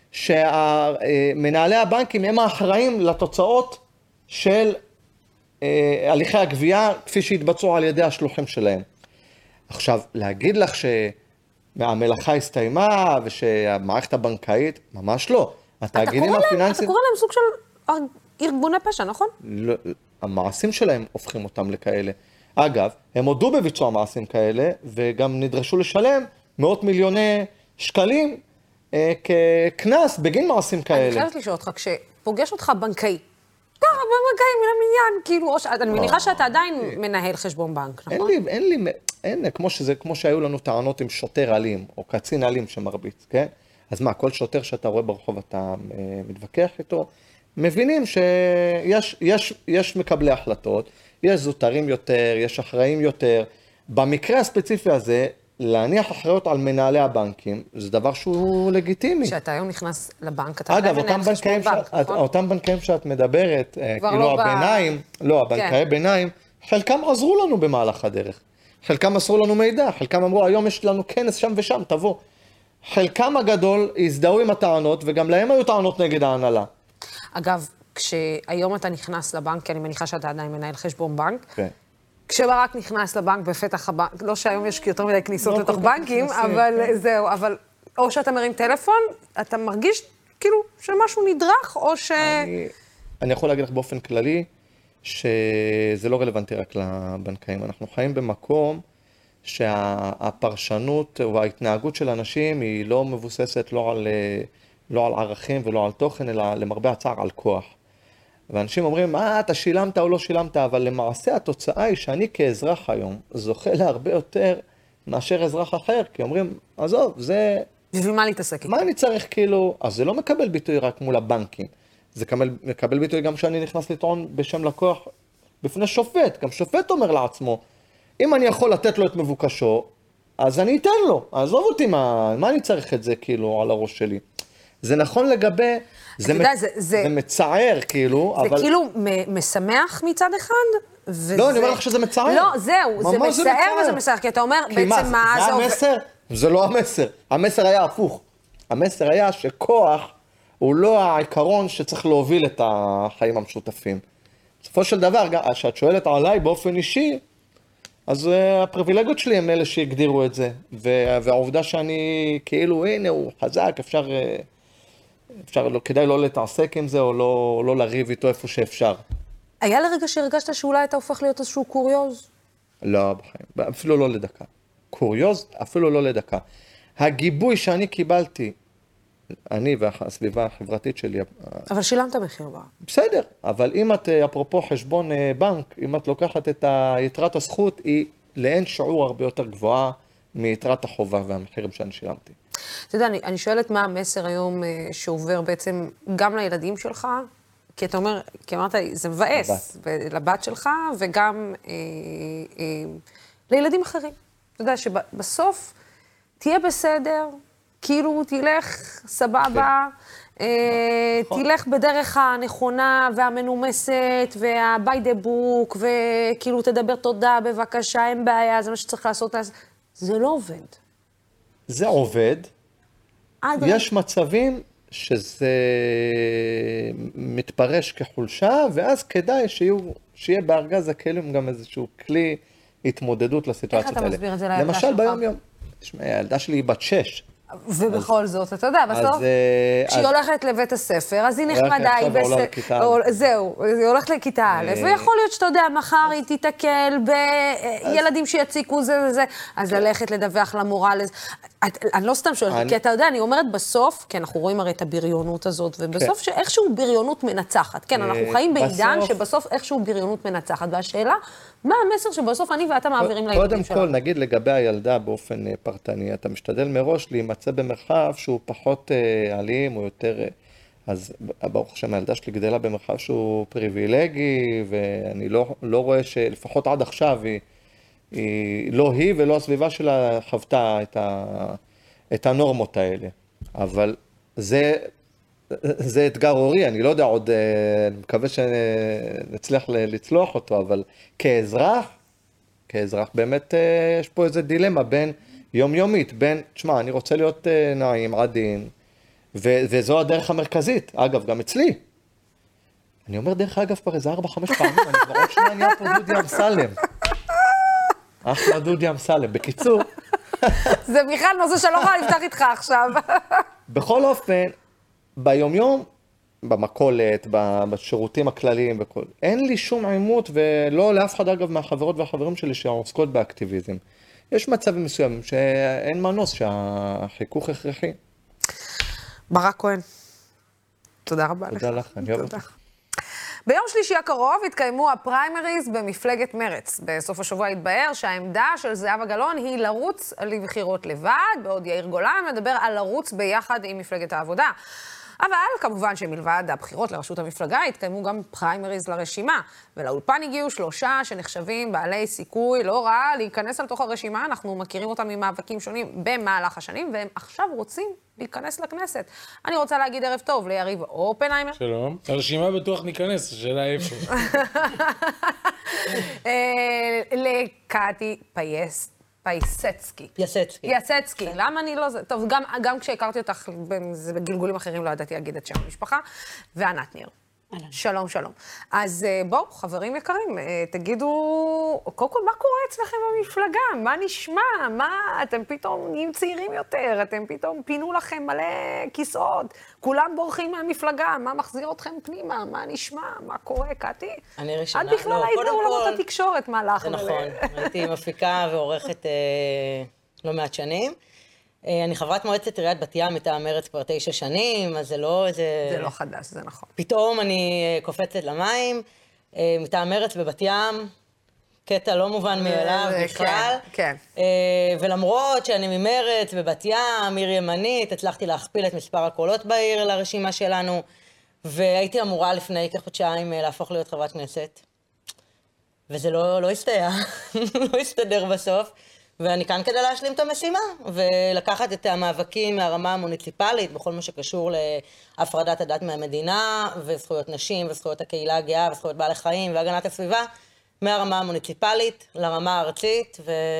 שמנהלי הבנקים הם האחראים לתוצאות של הליכי הגבייה כפי שהתבצעו על ידי השלוחים שלהם. עכשיו, להגיד לך שהמלאכה הסתיימה ושהמערכת הבנקאית, ממש לא. התאגידים הפיננסיים... אתה קורא להם סוג של ארגוני פשע, נכון? לא, המעשים שלהם הופכים אותם לכאלה. אגב, הם הודו בביצוע מעשים כאלה, וגם נדרשו לשלם מאות מיליוני שקלים אה, ככנס בגין מעשים כאלה. אני חייבת לשאול אותך, כשפוגש אותך בנקאי, לא, בנקאי מן המניין, כאילו, אני מניחה שאתה עדיין מנהל חשבון בנק, נכון? אין לי, אין לי, אין, כמו שזה, כמו שהיו לנו טענות עם שוטר אלים, או קצין אלים שמרביץ, כן? אז מה, כל שוטר שאתה רואה ברחוב אתה מתווכח איתו, מבינים שיש יש, יש מקבלי החלטות, יש זוטרים יותר, יש אחראים יותר. במקרה הספציפי הזה, להניח אחריות על מנהלי הבנקים, זה דבר שהוא לגיטימי. כשאתה היום נכנס לבנק, אתה אגב, אותם בנקאים, שאת, נכון? אותם בנקאים שאת מדברת, כאילו לא הביניים, ב... לא, הבנקאי כן. ביניים, חלקם עזרו לנו במהלך הדרך. חלקם עשו לנו מידע, חלקם אמרו, היום יש לנו כנס שם ושם, תבוא. חלקם הגדול הזדהו עם הטענות, וגם להם היו טענות נגד ההנהלה. אגב, כשהיום אתה נכנס לבנק, כי אני מניחה שאתה עדיין מנהל חשבון בנק, כן. כשברק נכנס לבנק בפתח הבנק, לא שהיום יש יותר מדי כניסות לתוך בנקים, אבל זהו, אבל או שאתה מרים טלפון, אתה מרגיש כאילו שמשהו נדרך, או ש... אני יכול להגיד לך באופן כללי, שזה לא רלוונטי רק לבנקאים. אנחנו חיים במקום שהפרשנות וההתנהגות של אנשים היא לא מבוססת לא על, לא על ערכים ולא על תוכן, אלא למרבה הצער על כוח. ואנשים אומרים, אה, אתה שילמת או לא שילמת, אבל למעשה התוצאה היא שאני כאזרח היום זוכה להרבה יותר מאשר אזרח אחר, כי אומרים, עזוב, זה... בשביל מה להתעסק? מה אני צריך כאילו... אז זה לא מקבל ביטוי רק מול הבנקים, זה מקבל, מקבל ביטוי גם שאני נכנס לטעון בשם לקוח בפני שופט, גם שופט אומר לעצמו, אם אני יכול לתת לו את מבוקשו, אז אני אתן לו, עזוב אותי, מה, מה אני צריך את זה כאילו על הראש שלי? זה נכון לגבי... זה, יודע, מצ... זה, זה... זה מצער, כאילו, זה אבל... זה כאילו משמח מצד אחד, וזה... לא, אני אומר לך שזה מצער. לא, זהו, זה מצער, זה מצער וזה משמח, כי אתה אומר, כי בעצם מה, מה זה... זה המסר? זה לא המסר. המסר היה הפוך. המסר היה שכוח הוא לא העיקרון שצריך להוביל את החיים המשותפים. בסופו של דבר, כשאת שואלת עליי באופן אישי, אז uh, הפריבילגיות שלי הם אלה שהגדירו את זה. והעובדה שאני, כאילו, הנה, הוא חזק, אפשר... Uh, אפשר, לא, כדאי לא להתעסק עם זה, או לא, לא לריב איתו איפה שאפשר. היה לרגע שהרגשת שאולי אתה הופך להיות איזשהו קוריוז? לא, בחיים, אפילו לא לדקה. קוריוז, אפילו לא לדקה. הגיבוי שאני קיבלתי, אני והסביבה החברתית שלי... אבל שילמת מחיר בה. בסדר, אבל אם את, אפרופו חשבון בנק, אם את לוקחת את יתרת הזכות, היא לאין שיעור הרבה יותר גבוהה מיתרת החובה והמחירים שאני שילמתי. אתה יודע, אני, אני שואלת מה המסר היום אה, שעובר בעצם גם לילדים שלך, כי אתה אומר, כי אמרת, זה מבאס, לבת שלך, וגם אה, אה, לילדים אחרים. אתה יודע שבסוף תהיה בסדר, כאילו תלך סבבה, כן. אה, נכון. תלך בדרך הנכונה והמנומסת, וה-by the book, וכאילו תדבר תודה, בבקשה, אין בעיה, זה מה שצריך לעשות. זה לא עובד. זה עובד. יש מצבים שזה מתפרש כחולשה, ואז כדאי שיהיו, שיהיה בארגז הכלים גם איזשהו כלי התמודדות לסיטואציות האלה. איך אתה מסביר את זה לילדה שלך? למשל ביום יום. תשמע, הילדה שלי היא בת שש. ובכל זאת, אתה יודע, בסוף, כשהיא הולכת לבית הספר, אז היא נחמדה, היא בסדר, זהו, היא הולכת לכיתה א', ויכול להיות שאתה יודע, מחר היא תיתקל בילדים שיציקו זה וזה, אז ללכת לדווח למורה לזה. אני לא סתם שואלת, כי אתה יודע, אני אומרת בסוף, כי אנחנו רואים הרי את הבריונות הזאת, ובסוף שאיכשהו בריונות מנצחת. כן, אנחנו חיים בעידן שבסוף איכשהו בריונות מנצחת, והשאלה, מה המסר שבסוף אני ואתה מעבירים לילדים שלנו? קודם כל, נגיד לגבי הילדה באופן פרטני, אתה משתדל מראש להימצא במרחב שהוא פחות אלים, או יותר... אז ברוך השם, הילדה שלי גדלה במרחב שהוא פריבילגי, ואני לא, לא רואה שלפחות עד עכשיו היא, היא, לא היא ולא הסביבה שלה חוותה את, ה, את הנורמות האלה. אבל זה, זה אתגר הורי, אני לא יודע עוד, אני מקווה שנצליח לצלוח אותו, אבל כאזרח, כאזרח באמת יש פה איזה דילמה בין יומיומית, בין, תשמע, אני רוצה להיות נעים, עדין, ו- וזו הדרך המרכזית, אגב, גם אצלי. אני אומר דרך אגב כבר איזה ארבע, חמש פעמים, אני כבר עוד שנייה נהיה פה דודי אמסלם. אחלה דודי אמסלם. בקיצור... זה בכלל נושא שלא יכולה לפתח איתך עכשיו. בכל אופן, ביומיום, במכולת, בשירותים הכלליים וכל, אין לי שום עימות, ולא לאף אחד אגב מהחברות והחברים שלי שעוסקות באקטיביזם. יש מצבים מסוימים שאין מנוס, שהחיכוך הכרחי. ברק כהן, תודה רבה לך. תודה לך, אני אוהב אותך. ביום שלישי הקרוב התקיימו הפריימריז במפלגת מרץ. בסוף השבוע התבהר שהעמדה של זהבה גלאון היא לרוץ לבחירות לבד, בעוד יאיר גולן מדבר על לרוץ ביחד עם מפלגת העבודה. אבל כמובן שמלבד הבחירות לראשות המפלגה התקיימו גם פריימריז לרשימה, ולאולפן הגיעו שלושה שנחשבים בעלי סיכוי לא רע להיכנס לתוך הרשימה. אנחנו מכירים אותם ממאבקים שונים במהלך השנים, והם עכשיו רוצים להיכנס לכנסת. אני רוצה להגיד ערב טוב ליריב אופנהיימר. שלום. הרשימה בטוח ניכנס, השאלה איפה. לקטי פייס. פייסצקי. פייסצקי. פייסצקי. למה אני לא זה? טוב, גם, גם כשהכרתי אותך בגלגולים אחרים לא ידעתי להגיד את שם המשפחה. וענת ניר. שלום, שלום. אז בואו, חברים יקרים, תגידו, קודם כל, מה קורה אצלכם במפלגה? מה נשמע? מה, אתם פתאום נהיים צעירים יותר? אתם פתאום פינו לכם מלא כיסאות? כולם בורחים מהמפלגה? מה מחזיר אתכם פנימה? מה נשמע? מה קורה, קטי? אני ראשונה. את בכלל היית בעולמות התקשורת, מה לך? זה נכון. הייתי מפיקה ועורכת לא מעט שנים. אני חברת מועצת עיריית בת ים מטעם מרץ כבר תשע שנים, אז זה לא איזה... זה לא חדש, זה נכון. פתאום אני קופצת למים, מטעם מרץ בבת ים, קטע לא מובן מאליו בכלל. כן, כן. ולמרות שאני ממרץ בבת ים, עיר ימנית, הצלחתי להכפיל את מספר הקולות בעיר לרשימה שלנו, והייתי אמורה לפני כחודשיים להפוך להיות חברת כנסת. וזה לא, לא הסתייע, לא הסתדר בסוף. ואני כאן כדי להשלים את המשימה, ולקחת את המאבקים מהרמה המוניציפלית, בכל מה שקשור להפרדת הדת מהמדינה, וזכויות נשים, וזכויות הקהילה הגאה, וזכויות בעלי חיים, והגנת הסביבה, מהרמה המוניציפלית לרמה הארצית,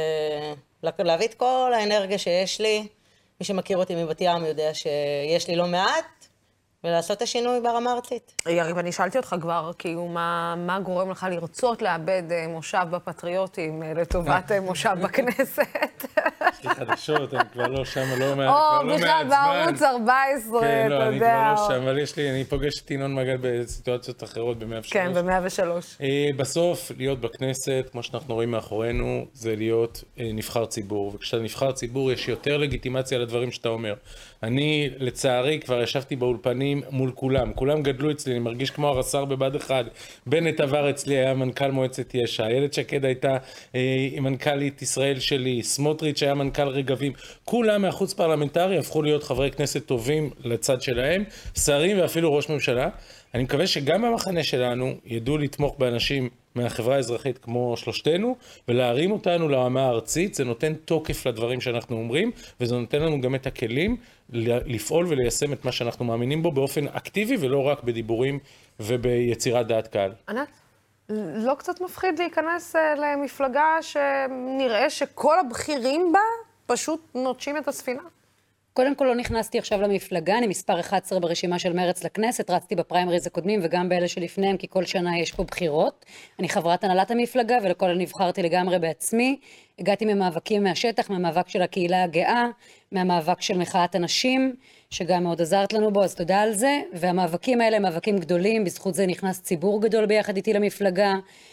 ולהביא את כל האנרגיה שיש לי. מי שמכיר אותי מבת ים יודע שיש לי לא מעט, ולעשות את השינוי ברמה הארצית. יריב, אני שאלתי אותך כבר, כאילו, מה, מה גורם לך לרצות לאבד מושב בפטריוטים לטובת מושב בכנסת? יש לי חדשות, אני כבר לא שם, לא מעט זמן. או, בכלל בערוץ ארבע עשרה, כן, אתה יודע. לא, אני כבר לא שם, אבל יש לי, אני פוגש את ינון מגל בסיטואציות אחרות ב-מאה ושלוש. כן, ב-מאה ושלוש. בסוף, להיות בכנסת, כמו שאנחנו רואים מאחורינו, זה להיות נבחר ציבור, וכשאתה נבחר ציבור, יש יותר לגיטימציה לדברים שאתה אומר. אני, לצערי, כבר ישבתי באולפנים מול כולם. כולם גדלו אצלי, אני מרגיש כמו הרס"ר בבד אחד. בנט עבר אצלי, היה מנכ"ל מועצת יש"ע. איילת שקד הייתה אה, מנכ"לית ישראל שלי. סמוטריץ' היה מנכ"ל רגבים. כולם מהחוץ פרלמנטרי הפכו להיות חברי כנסת טובים לצד שלהם, שרים ואפילו ראש ממשלה. אני מקווה שגם במחנה שלנו ידעו לתמוך באנשים מהחברה האזרחית כמו שלושתנו, ולהרים אותנו לרמה הארצית. זה נותן תוקף לדברים שאנחנו אומרים, וזה נותן לנו גם את הכלים לפעול וליישם את מה שאנחנו מאמינים בו באופן אקטיבי, ולא רק בדיבורים וביצירת דעת קהל. ענת, לא קצת מפחיד להיכנס למפלגה שנראה שכל הבכירים בה פשוט נוטשים את הספינה? קודם כל לא נכנסתי עכשיו למפלגה, אני מספר אחת עשרה ברשימה של מרץ לכנסת, רצתי בפריימריז הקודמים וגם באלה שלפניהם, כי כל שנה יש פה בחירות. אני חברת הנהלת המפלגה ולכל נבחרתי לגמרי בעצמי. הגעתי ממאבקים מהשטח, מהמאבק של הקהילה הגאה, מהמאבק של מחאת הנשים, שגם מאוד עזרת לנו בו, אז תודה על זה. והמאבקים האלה הם מאבקים גדולים, בזכות זה נכנס ציבור גדול ביחד איתי למפלגה,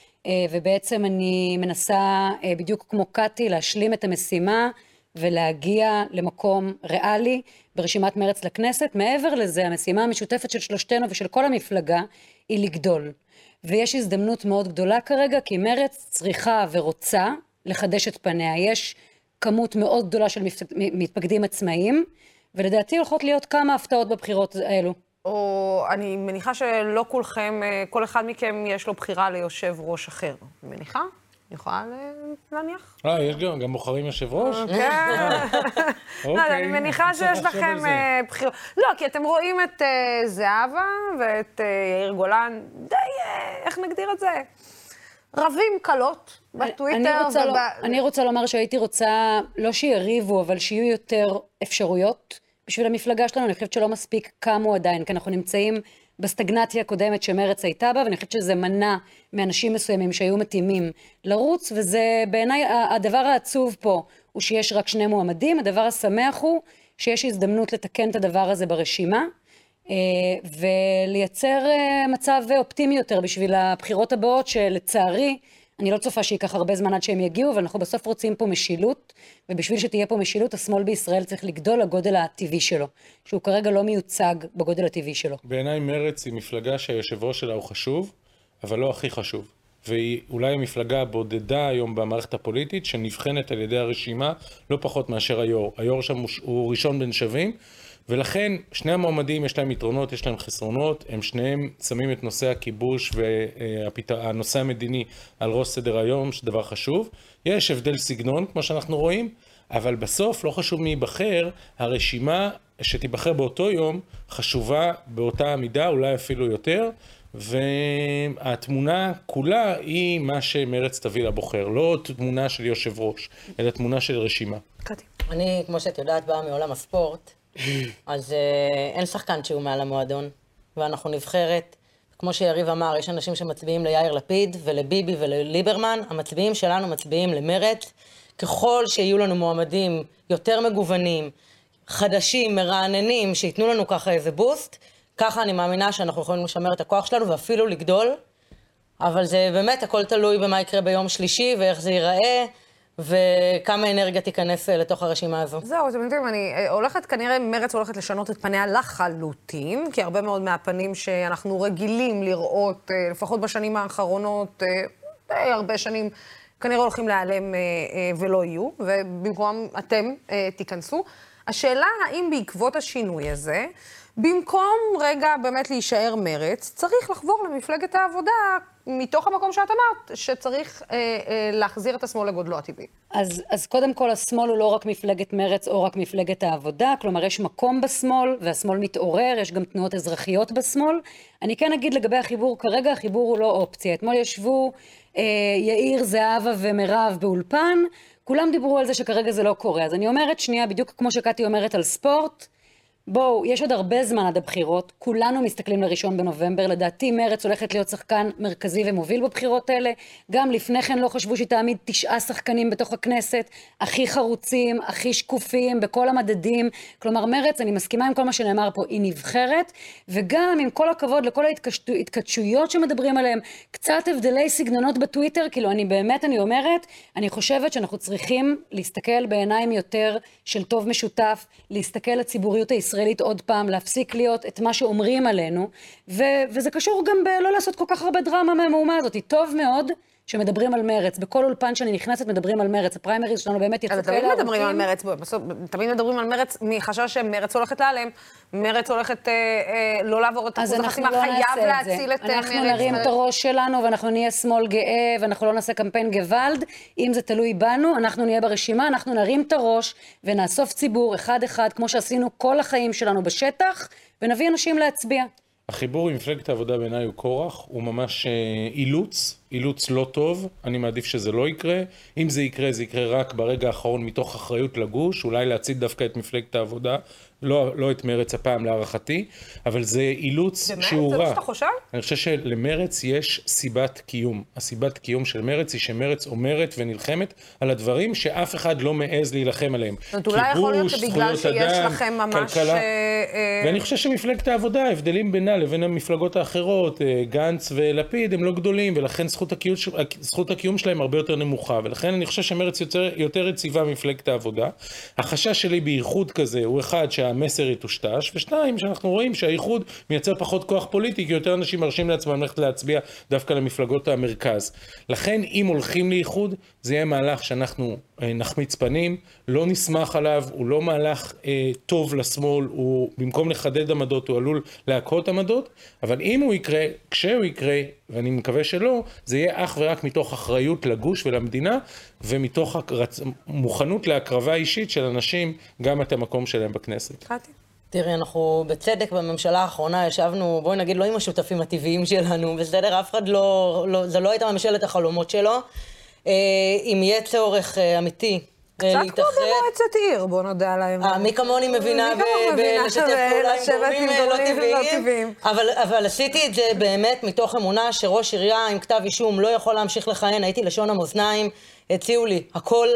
ובעצם אני מנסה בדיוק כמו קאטי להשלים את המשימה, ולהגיע למקום ריאלי ברשימת מרץ לכנסת. מעבר לזה, המשימה המשותפת של שלושתנו ושל כל המפלגה היא לגדול. ויש הזדמנות מאוד גדולה כרגע, כי מרץ צריכה ורוצה לחדש את פניה. יש כמות מאוד גדולה של מתפקדים עצמאיים, ולדעתי הולכות להיות כמה הפתעות בבחירות האלו. או אני מניחה שלא כולכם, כל אחד מכם יש לו בחירה ליושב ראש אחר. אני מניחה? אני יכולה להניח? אה, יש גם, גם בוחרים יושב ראש? כן. אני מניחה שיש לכם בחירות. לא, כי אתם רואים את זהבה ואת יאיר גולן, די, איך נגדיר את זה? רבים קלות בטוויטר. אני רוצה לומר שהייתי רוצה, לא שיריבו, אבל שיהיו יותר אפשרויות בשביל המפלגה שלנו. אני חושבת שלא מספיק קמו עדיין, כי אנחנו נמצאים בסטגנציה הקודמת שמרץ הייתה בה, ואני חושבת שזה מנע מאנשים מסוימים שהיו מתאימים לרוץ, וזה בעיניי הדבר העצוב פה, הוא שיש רק שני מועמדים. הדבר השמח הוא שיש הזדמנות לתקן את הדבר הזה ברשימה, ולייצר מצב אופטימי יותר בשביל הבחירות הבאות, שלצערי, אני לא צופה שייקח הרבה זמן עד שהם יגיעו, ואנחנו בסוף רוצים פה משילות, ובשביל שתהיה פה משילות, השמאל בישראל צריך לגדול לגודל הטבעי שלו, שהוא כרגע לא מיוצג בגודל הטבעי שלו. בעיניי מרץ היא מפלגה שהיושב ראש שלה הוא חשוב, אבל לא הכי חשוב. והיא אולי המפלגה הבודדה היום במערכת הפוליטית, שנבחנת על ידי הרשימה, לא פחות מאשר היור. היור שם הוא ראשון בין שווים, ולכן שני המועמדים יש להם יתרונות, יש להם חסרונות, הם שניהם שמים את נושא הכיבוש והנושא המדיני על ראש סדר היום, שדבר חשוב. יש הבדל סגנון, כמו שאנחנו רואים, אבל בסוף לא חשוב מי ייבחר, הרשימה שתיבחר באותו יום חשובה באותה עמידה, אולי אפילו יותר, והתמונה כולה היא מה שמרץ תביא לבוחר, לא תמונה של יושב ראש, אלא תמונה של רשימה. אני, כמו שאת יודעת, באה מעולם הספורט, אז uh, אין שחקן שהוא מעל המועדון, ואנחנו נבחרת. כמו שיריב אמר, יש אנשים שמצביעים ליאיר לפיד ולביבי ולליברמן, המצביעים שלנו מצביעים למרץ. ככל שיהיו לנו מועמדים יותר מגוונים, חדשים, מרעננים, שיתנו לנו ככה איזה בוסט, ככה אני מאמינה שאנחנו יכולים לשמר את הכוח שלנו ואפילו לגדול, אבל זה באמת הכל תלוי במה יקרה ביום שלישי ואיך זה ייראה, וכמה אנרגיה תיכנס לתוך הרשימה הזו. זהו, אתם יודעים, אני הולכת, כנראה מרץ הולכת לשנות את פניה לחלוטין, כי הרבה מאוד מהפנים שאנחנו רגילים לראות, לפחות בשנים האחרונות, די הרבה שנים, כנראה הולכים להיעלם ולא יהיו, ובמקום אתם תיכנסו. השאלה האם בעקבות השינוי הזה, במקום רגע באמת להישאר מרץ, צריך לחבור למפלגת העבודה, מתוך המקום שאת אמרת, שצריך אה, אה, להחזיר את השמאל לגודלו הטבעי. אז, אז קודם כל, השמאל הוא לא רק מפלגת מרץ או רק מפלגת העבודה, כלומר, יש מקום בשמאל, והשמאל מתעורר, יש גם תנועות אזרחיות בשמאל. אני כן אגיד לגבי החיבור, כרגע החיבור הוא לא אופציה. אתמול ישבו אה, יאיר, זהבה ומרב באולפן, כולם דיברו על זה שכרגע זה לא קורה. אז אני אומרת שנייה, בדיוק כמו שקטי אומרת על ספורט, בואו, יש עוד הרבה זמן עד הבחירות, כולנו מסתכלים לראשון בנובמבר, לדעתי מרץ הולכת להיות שחקן מרכזי ומוביל בבחירות האלה, גם לפני כן לא חשבו שתעמיד תשעה שחקנים בתוך הכנסת, הכי חרוצים, הכי שקופים, בכל המדדים, כלומר מרץ, אני מסכימה עם כל מה שנאמר פה, היא נבחרת, וגם עם כל הכבוד לכל ההתקשרויות שמדברים עליהם, קצת הבדלי סגנונות בטוויטר, כאילו אני באמת, אני אומרת, אני חושבת שאנחנו צריכים להסתכל בעיניים יותר של טוב משותף, להסתכל לציבוריות הישראלית, ישראלית עוד פעם, להפסיק להיות את מה שאומרים עלינו, ו- וזה קשור גם בלא לעשות כל כך הרבה דרמה מהמהומה הזאת. טוב מאוד שמדברים על מרץ, בכל אולפן שאני נכנסת מדברים על מרץ, הפריימריז שלנו באמת יצאו כאלה ארוכים. תמיד מדברים על מרץ, בסוף, תמיד מדברים על מרץ מחשש שמרץ הולכת להיעלם, מרץ הולכת אה, אה, לא לעבור את אחוז החסימה, חייב להציל את מרץ. אנחנו נרים את הראש שלנו ואנחנו נהיה שמאל גאה ואנחנו לא נעשה קמפיין גוואלד, אם זה תלוי בנו, אנחנו נהיה ברשימה, אנחנו נרים את הראש ונאסוף ציבור אחד אחד, כמו שעשינו כל החיים שלנו בשטח, ונביא אנשים להצביע. החיבור עם מפלגת העבודה בעיניי הוא כורח, הוא ממש אילוץ, אילוץ לא טוב, אני מעדיף שזה לא יקרה, אם זה יקרה זה יקרה רק ברגע האחרון מתוך אחריות לגוש, אולי להציל דווקא את מפלגת העבודה, לא, לא את מרץ הפעם להערכתי, אבל זה אילוץ שהוא רע. זה מה שאתה חושב? אני חושב שלמרץ יש סיבת קיום. הסיבת קיום של מרץ היא שמרץ אומרת ונלחמת על הדברים שאף אחד לא מעז להילחם עליהם. זאת אולי יכול להיות שבגלל שיש לכם ממש... כלכלה. ואני חושב שמפלגת העבודה, ההבדלים בינה לבין המפלגות האחרות, גנץ ולפיד, הם לא גדולים, ולכן זכות הקיום, זכות הקיום שלהם הרבה יותר נמוכה, ולכן אני חושב שמרץ יותר, יותר יציבה ממפלגת העבודה. החשש שלי בייחוד כזה הוא אחד שהמסר יטושטש, ושתיים שאנחנו רואים שהייחוד מייצר פחות כוח פוליטי, כי יותר אנשים מרשים לעצמם ללכת להצביע דווקא למפלגות המרכז. לכן אם הולכים לייחוד, זה יהיה מהלך שאנחנו אה, נחמיץ פנים, לא נשמח עליו, הוא לא מהלך אה, טוב לשמאל, הוא במקום לחדד עמדות, הוא עלול להקהות עמדות, אבל אם הוא יקרה, כשהוא יקרה, ואני מקווה שלא, זה יהיה אך ורק מתוך אחריות לגוש ולמדינה, ומתוך הרצ... מוכנות להקרבה אישית של אנשים, גם את המקום שלהם בכנסת. חתי. תראי, אנחנו בצדק בממשלה האחרונה ישבנו, בואי נגיד, לא עם השותפים הטבעיים שלנו, בסדר, אף אחד לא, לא זה לא הייתה ממשלת החלומות שלו. אם יהיה צורך אמיתי, קצת כמו במועצת עיר, בוא נודע עליהם. מי כמוני מבינה בלשתף פעולה עם גורמים לא טבעיים. אבל עשיתי את זה באמת מתוך אמונה שראש עירייה עם כתב אישום לא יכול להמשיך לכהן, הייתי לשון המאזניים, הציעו לי הכל,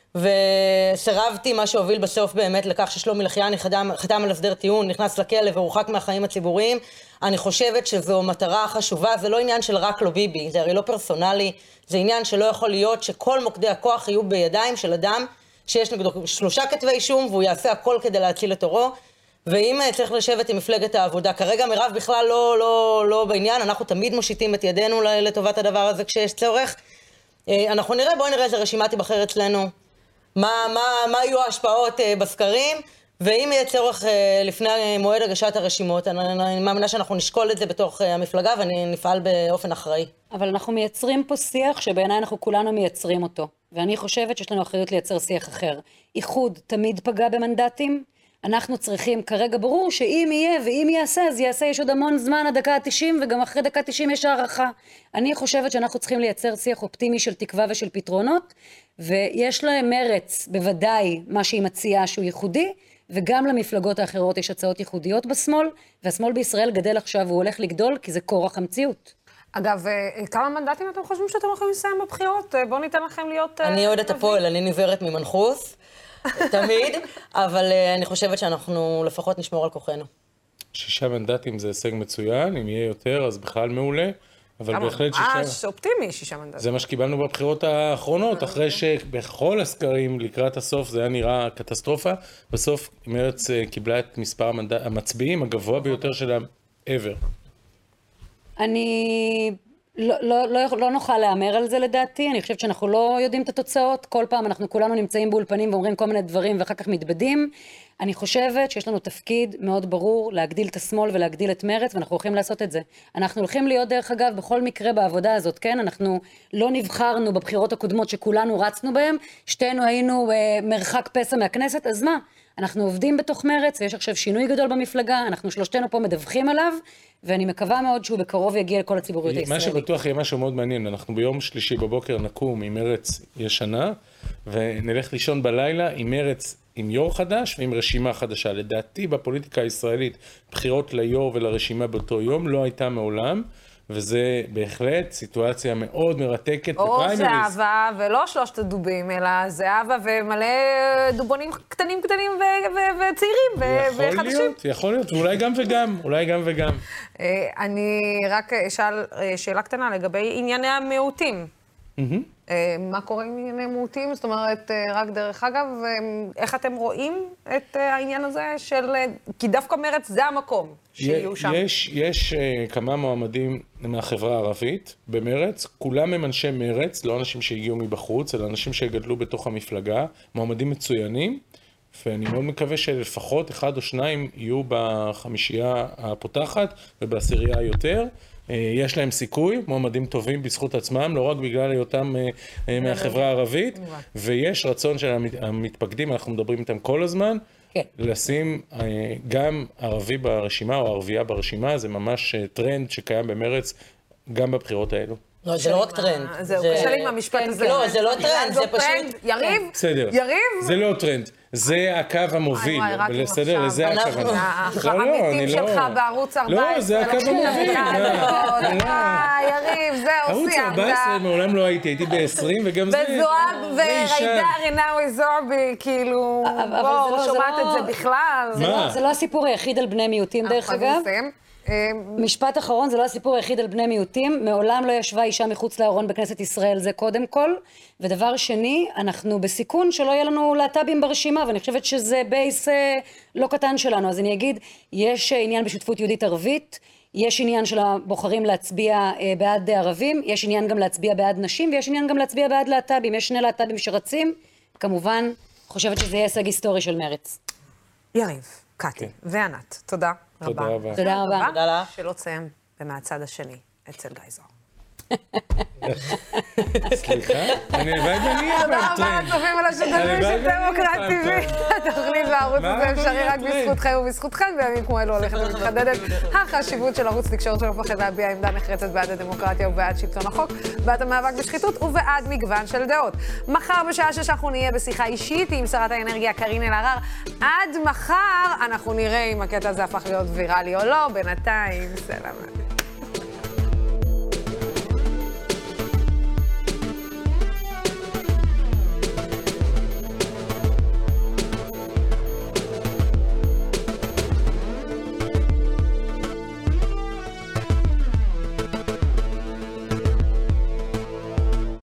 וסרבתי מה שהוביל בסוף באמת לכך ששלומי לחיאני חתם על הסדר טיעון, נכנס לכלא והורחק מהחיים הציבוריים. אני חושבת שזו מטרה חשובה, זה לא עניין של רק לא ביבי, זה הרי לא פרסונלי, זה עניין שלא יכול להיות שכל מוקדי הכוח יהיו בידיים של אדם שיש נגדו שלושה כתבי אישום והוא יעשה הכל כדי להציל את אורו. ואם צריך לשבת עם מפלגת העבודה, כרגע מירב בכלל לא, לא, לא בעניין, אנחנו תמיד מושיטים את ידינו לטובת הדבר הזה כשיש צורך. אנחנו נראה, בואו נראה איזה רשימה תיבחר אצלנו, מה, מה, מה יהיו ההשפעות בסקרים, ואם יהיה צורך לפני מועד הגשת הרשימות, אני, אני מאמינה שאנחנו נשקול את זה בתוך המפלגה ונפעל באופן אחראי. אבל אנחנו מייצרים פה שיח שבעיניי אנחנו כולנו מייצרים אותו, ואני חושבת שיש לנו אחריות לייצר שיח אחר. איחוד תמיד פגע במנדטים, אנחנו צריכים, כרגע ברור שאם יהיה ואם יעשה, אז יעשה, יש עוד המון זמן עד דקה ה-תשעים, וגם אחרי דקה ה-תשעים יש הערכה. אני חושבת שאנחנו צריכים לייצר שיח אופטימי של תקווה ושל פתרונות, ויש להם מרץ, בוודאי, מה שהיא מציעה שהוא ייחודי, וגם למפלגות האחרות יש הצעות ייחודיות בשמאל, והשמאל בישראל גדל עכשיו, הוא הולך לגדול, כי זה כורח המציאות. אגב, כמה מנדטים אתם חושבים שאתם יכולים לסיים בבחירות? בואו ניתן לכם להיות... אני אוהדת הפועל, אני נברת ממנחוס. תמיד, אבל אני חושבת שאנחנו לפחות נשמור על כוחנו. שישה מנדטים זה הישג מצוין, אם יהיה יותר אז בכלל מעולה. אבל בהחלט שישה... ממש אופטימי, שישה מנדטים. זה מה שקיבלנו בבחירות האחרונות, אחרי שבכל הסקרים לקראת הסוף זה היה נראה קטסטרופה, בסוף מרץ קיבלה את מספר המצביעים הגבוה ביותר שלה ever. אני לא, לא, לא, לא נוכל לאמר על זה לדעתי, אני חושבת שאנחנו לא יודעים את התוצאות, כל פעם אנחנו כולנו נמצאים באולפנים ואומרים כל מיני דברים ואחר כך מתבדים. אני חושבת שיש לנו תפקיד מאוד ברור להגדיל את השמאל ולהגדיל את מרץ, ואנחנו הולכים לעשות את זה. אנחנו הולכים להיות דרך אגב בכל מקרה בעבודה הזאת, כן? אנחנו לא נבחרנו בבחירות הקודמות שכולנו רצנו בהם, שתינו היינו מרחק פסע מהכנסת, אז מה? אנחנו עובדים בתוך מרץ, ויש עכשיו שינוי גדול במפלגה, אנחנו שלושתנו פה מדווחים עליו, ואני מקווה מאוד שהוא בקרוב יגיע לכל הציבוריות הישראלית. מה שבטוח יהיה משהו מאוד מעניין, אנחנו ביום שלישי בבוקר נקום עם מרץ ישנה, ונלך לישון בלילה עם מרץ עם יור חדש ועם רשימה חדשה. לדעתי בפוליטיקה הישראלית, בחירות ליור ולרשימה באותו יום לא הייתה מעולם, וזה בהחלט סיטואציה מאוד מרתקת בפריימריז. או זהבה, ולא שלושת הדובים, אלא זהבה ומלא דובונים קטנים קטנים וצעירים וחדשים. יכול להיות, יכול להיות, ואולי גם וגם, אולי גם וגם. אני רק אשאל שאלה קטנה לגבי ענייני המיעוטים. מה קורה עם ענייני מיעוטים? זאת אומרת, רק דרך אגב, איך אתם רואים את העניין הזה של... כי דווקא מרץ זה המקום שיהיו שם. יש, יש כמה מועמדים מהחברה הערבית במרץ, כולם הם אנשי מרץ, לא אנשים שהגיעו מבחוץ, אלא אנשים שגדלו בתוך המפלגה, מועמדים מצוינים, ואני מאוד מקווה שלפחות אחד או שניים יהיו בחמישייה הפותחת ובעשירייה יותר. יש להם סיכוי, מועמדים טובים בזכות עצמם, לא רק בגלל היותם מהחברה הערבית, ויש רצון של המתפקדים, אנחנו מדברים איתם כל הזמן, לשים גם ערבי ברשימה או ערבייה ברשימה, זה ממש טרנד שקיים במרץ גם בבחירות האלו. לא, זה לא רק טרנד. זהו, קשה לי עם המשפט הזה. לא, זה לא טרנד, זה פשוט... יריב? בסדר. יריב? זה לא טרנד. זה הקו המוביל, בסדר? לזה הכוונה. העמיתים שלך בערוץ ארבע עשרה. לא, זה הקו המוביל. יריב, זהו, ערוץ ארבע עשרה מעולם לא הייתי, הייתי ב-עשרים וגם זה... וזועב וג'ידא רינאוי זועבי, כאילו, בואו, שומעת את זה בכלל. זה לא הסיפור היחיד על בני מיעוטים דרך אגב. משפט אחרון, זה לא הסיפור היחיד על בני מיעוטים, מעולם לא ישבה אישה מחוץ לארון בכנסת ישראל, זה קודם כל, ודבר שני, אנחנו בסיכון שלא יהיה לנו להט"בים ברשימה, ואני חושבת שזה בייס לא קטן שלנו, אז אני אגיד, יש עניין בשותפות יהודית ערבית, יש עניין של הבוחרים להצביע בעד ערבים, יש עניין גם להצביע בעד נשים, ויש עניין גם להצביע בעד להט"בים, יש שני להט"בים שרצים, כמובן, חושבת שזה יהיה הישג היסטורי של מרץ. יריב, קטי וענת, תודה. תודה רבה. תודה רבה. תודה לך. שלא תסיים ומהצד השני, אצל גיא זוהר. סליחה? אני לבד אני אבל טרנד. תודה רבה לצופים ולשדרים של דמוקרט טי וי. התוכנית בערוץ הזה אפשרי רק בזכותכם ובזכותכם, בימים כמו אלו הולכת ומתחדדת החשיבות של ערוץ תקשורת שלא מפחד להביע עמדה נחרצת בעד הדמוקרטיה ובעד שלטון החוק, בעד המאבק בשחיתות ובעד מגוון של דעות. מחר בשעה שש אנחנו נהיה בשיחה אישית עם שרת האנרגיה קארין אלהרר. עד מחר אנחנו נראה אם הקטע הזה הפך להיות ויראלי או לא. בינתיים, סלמת.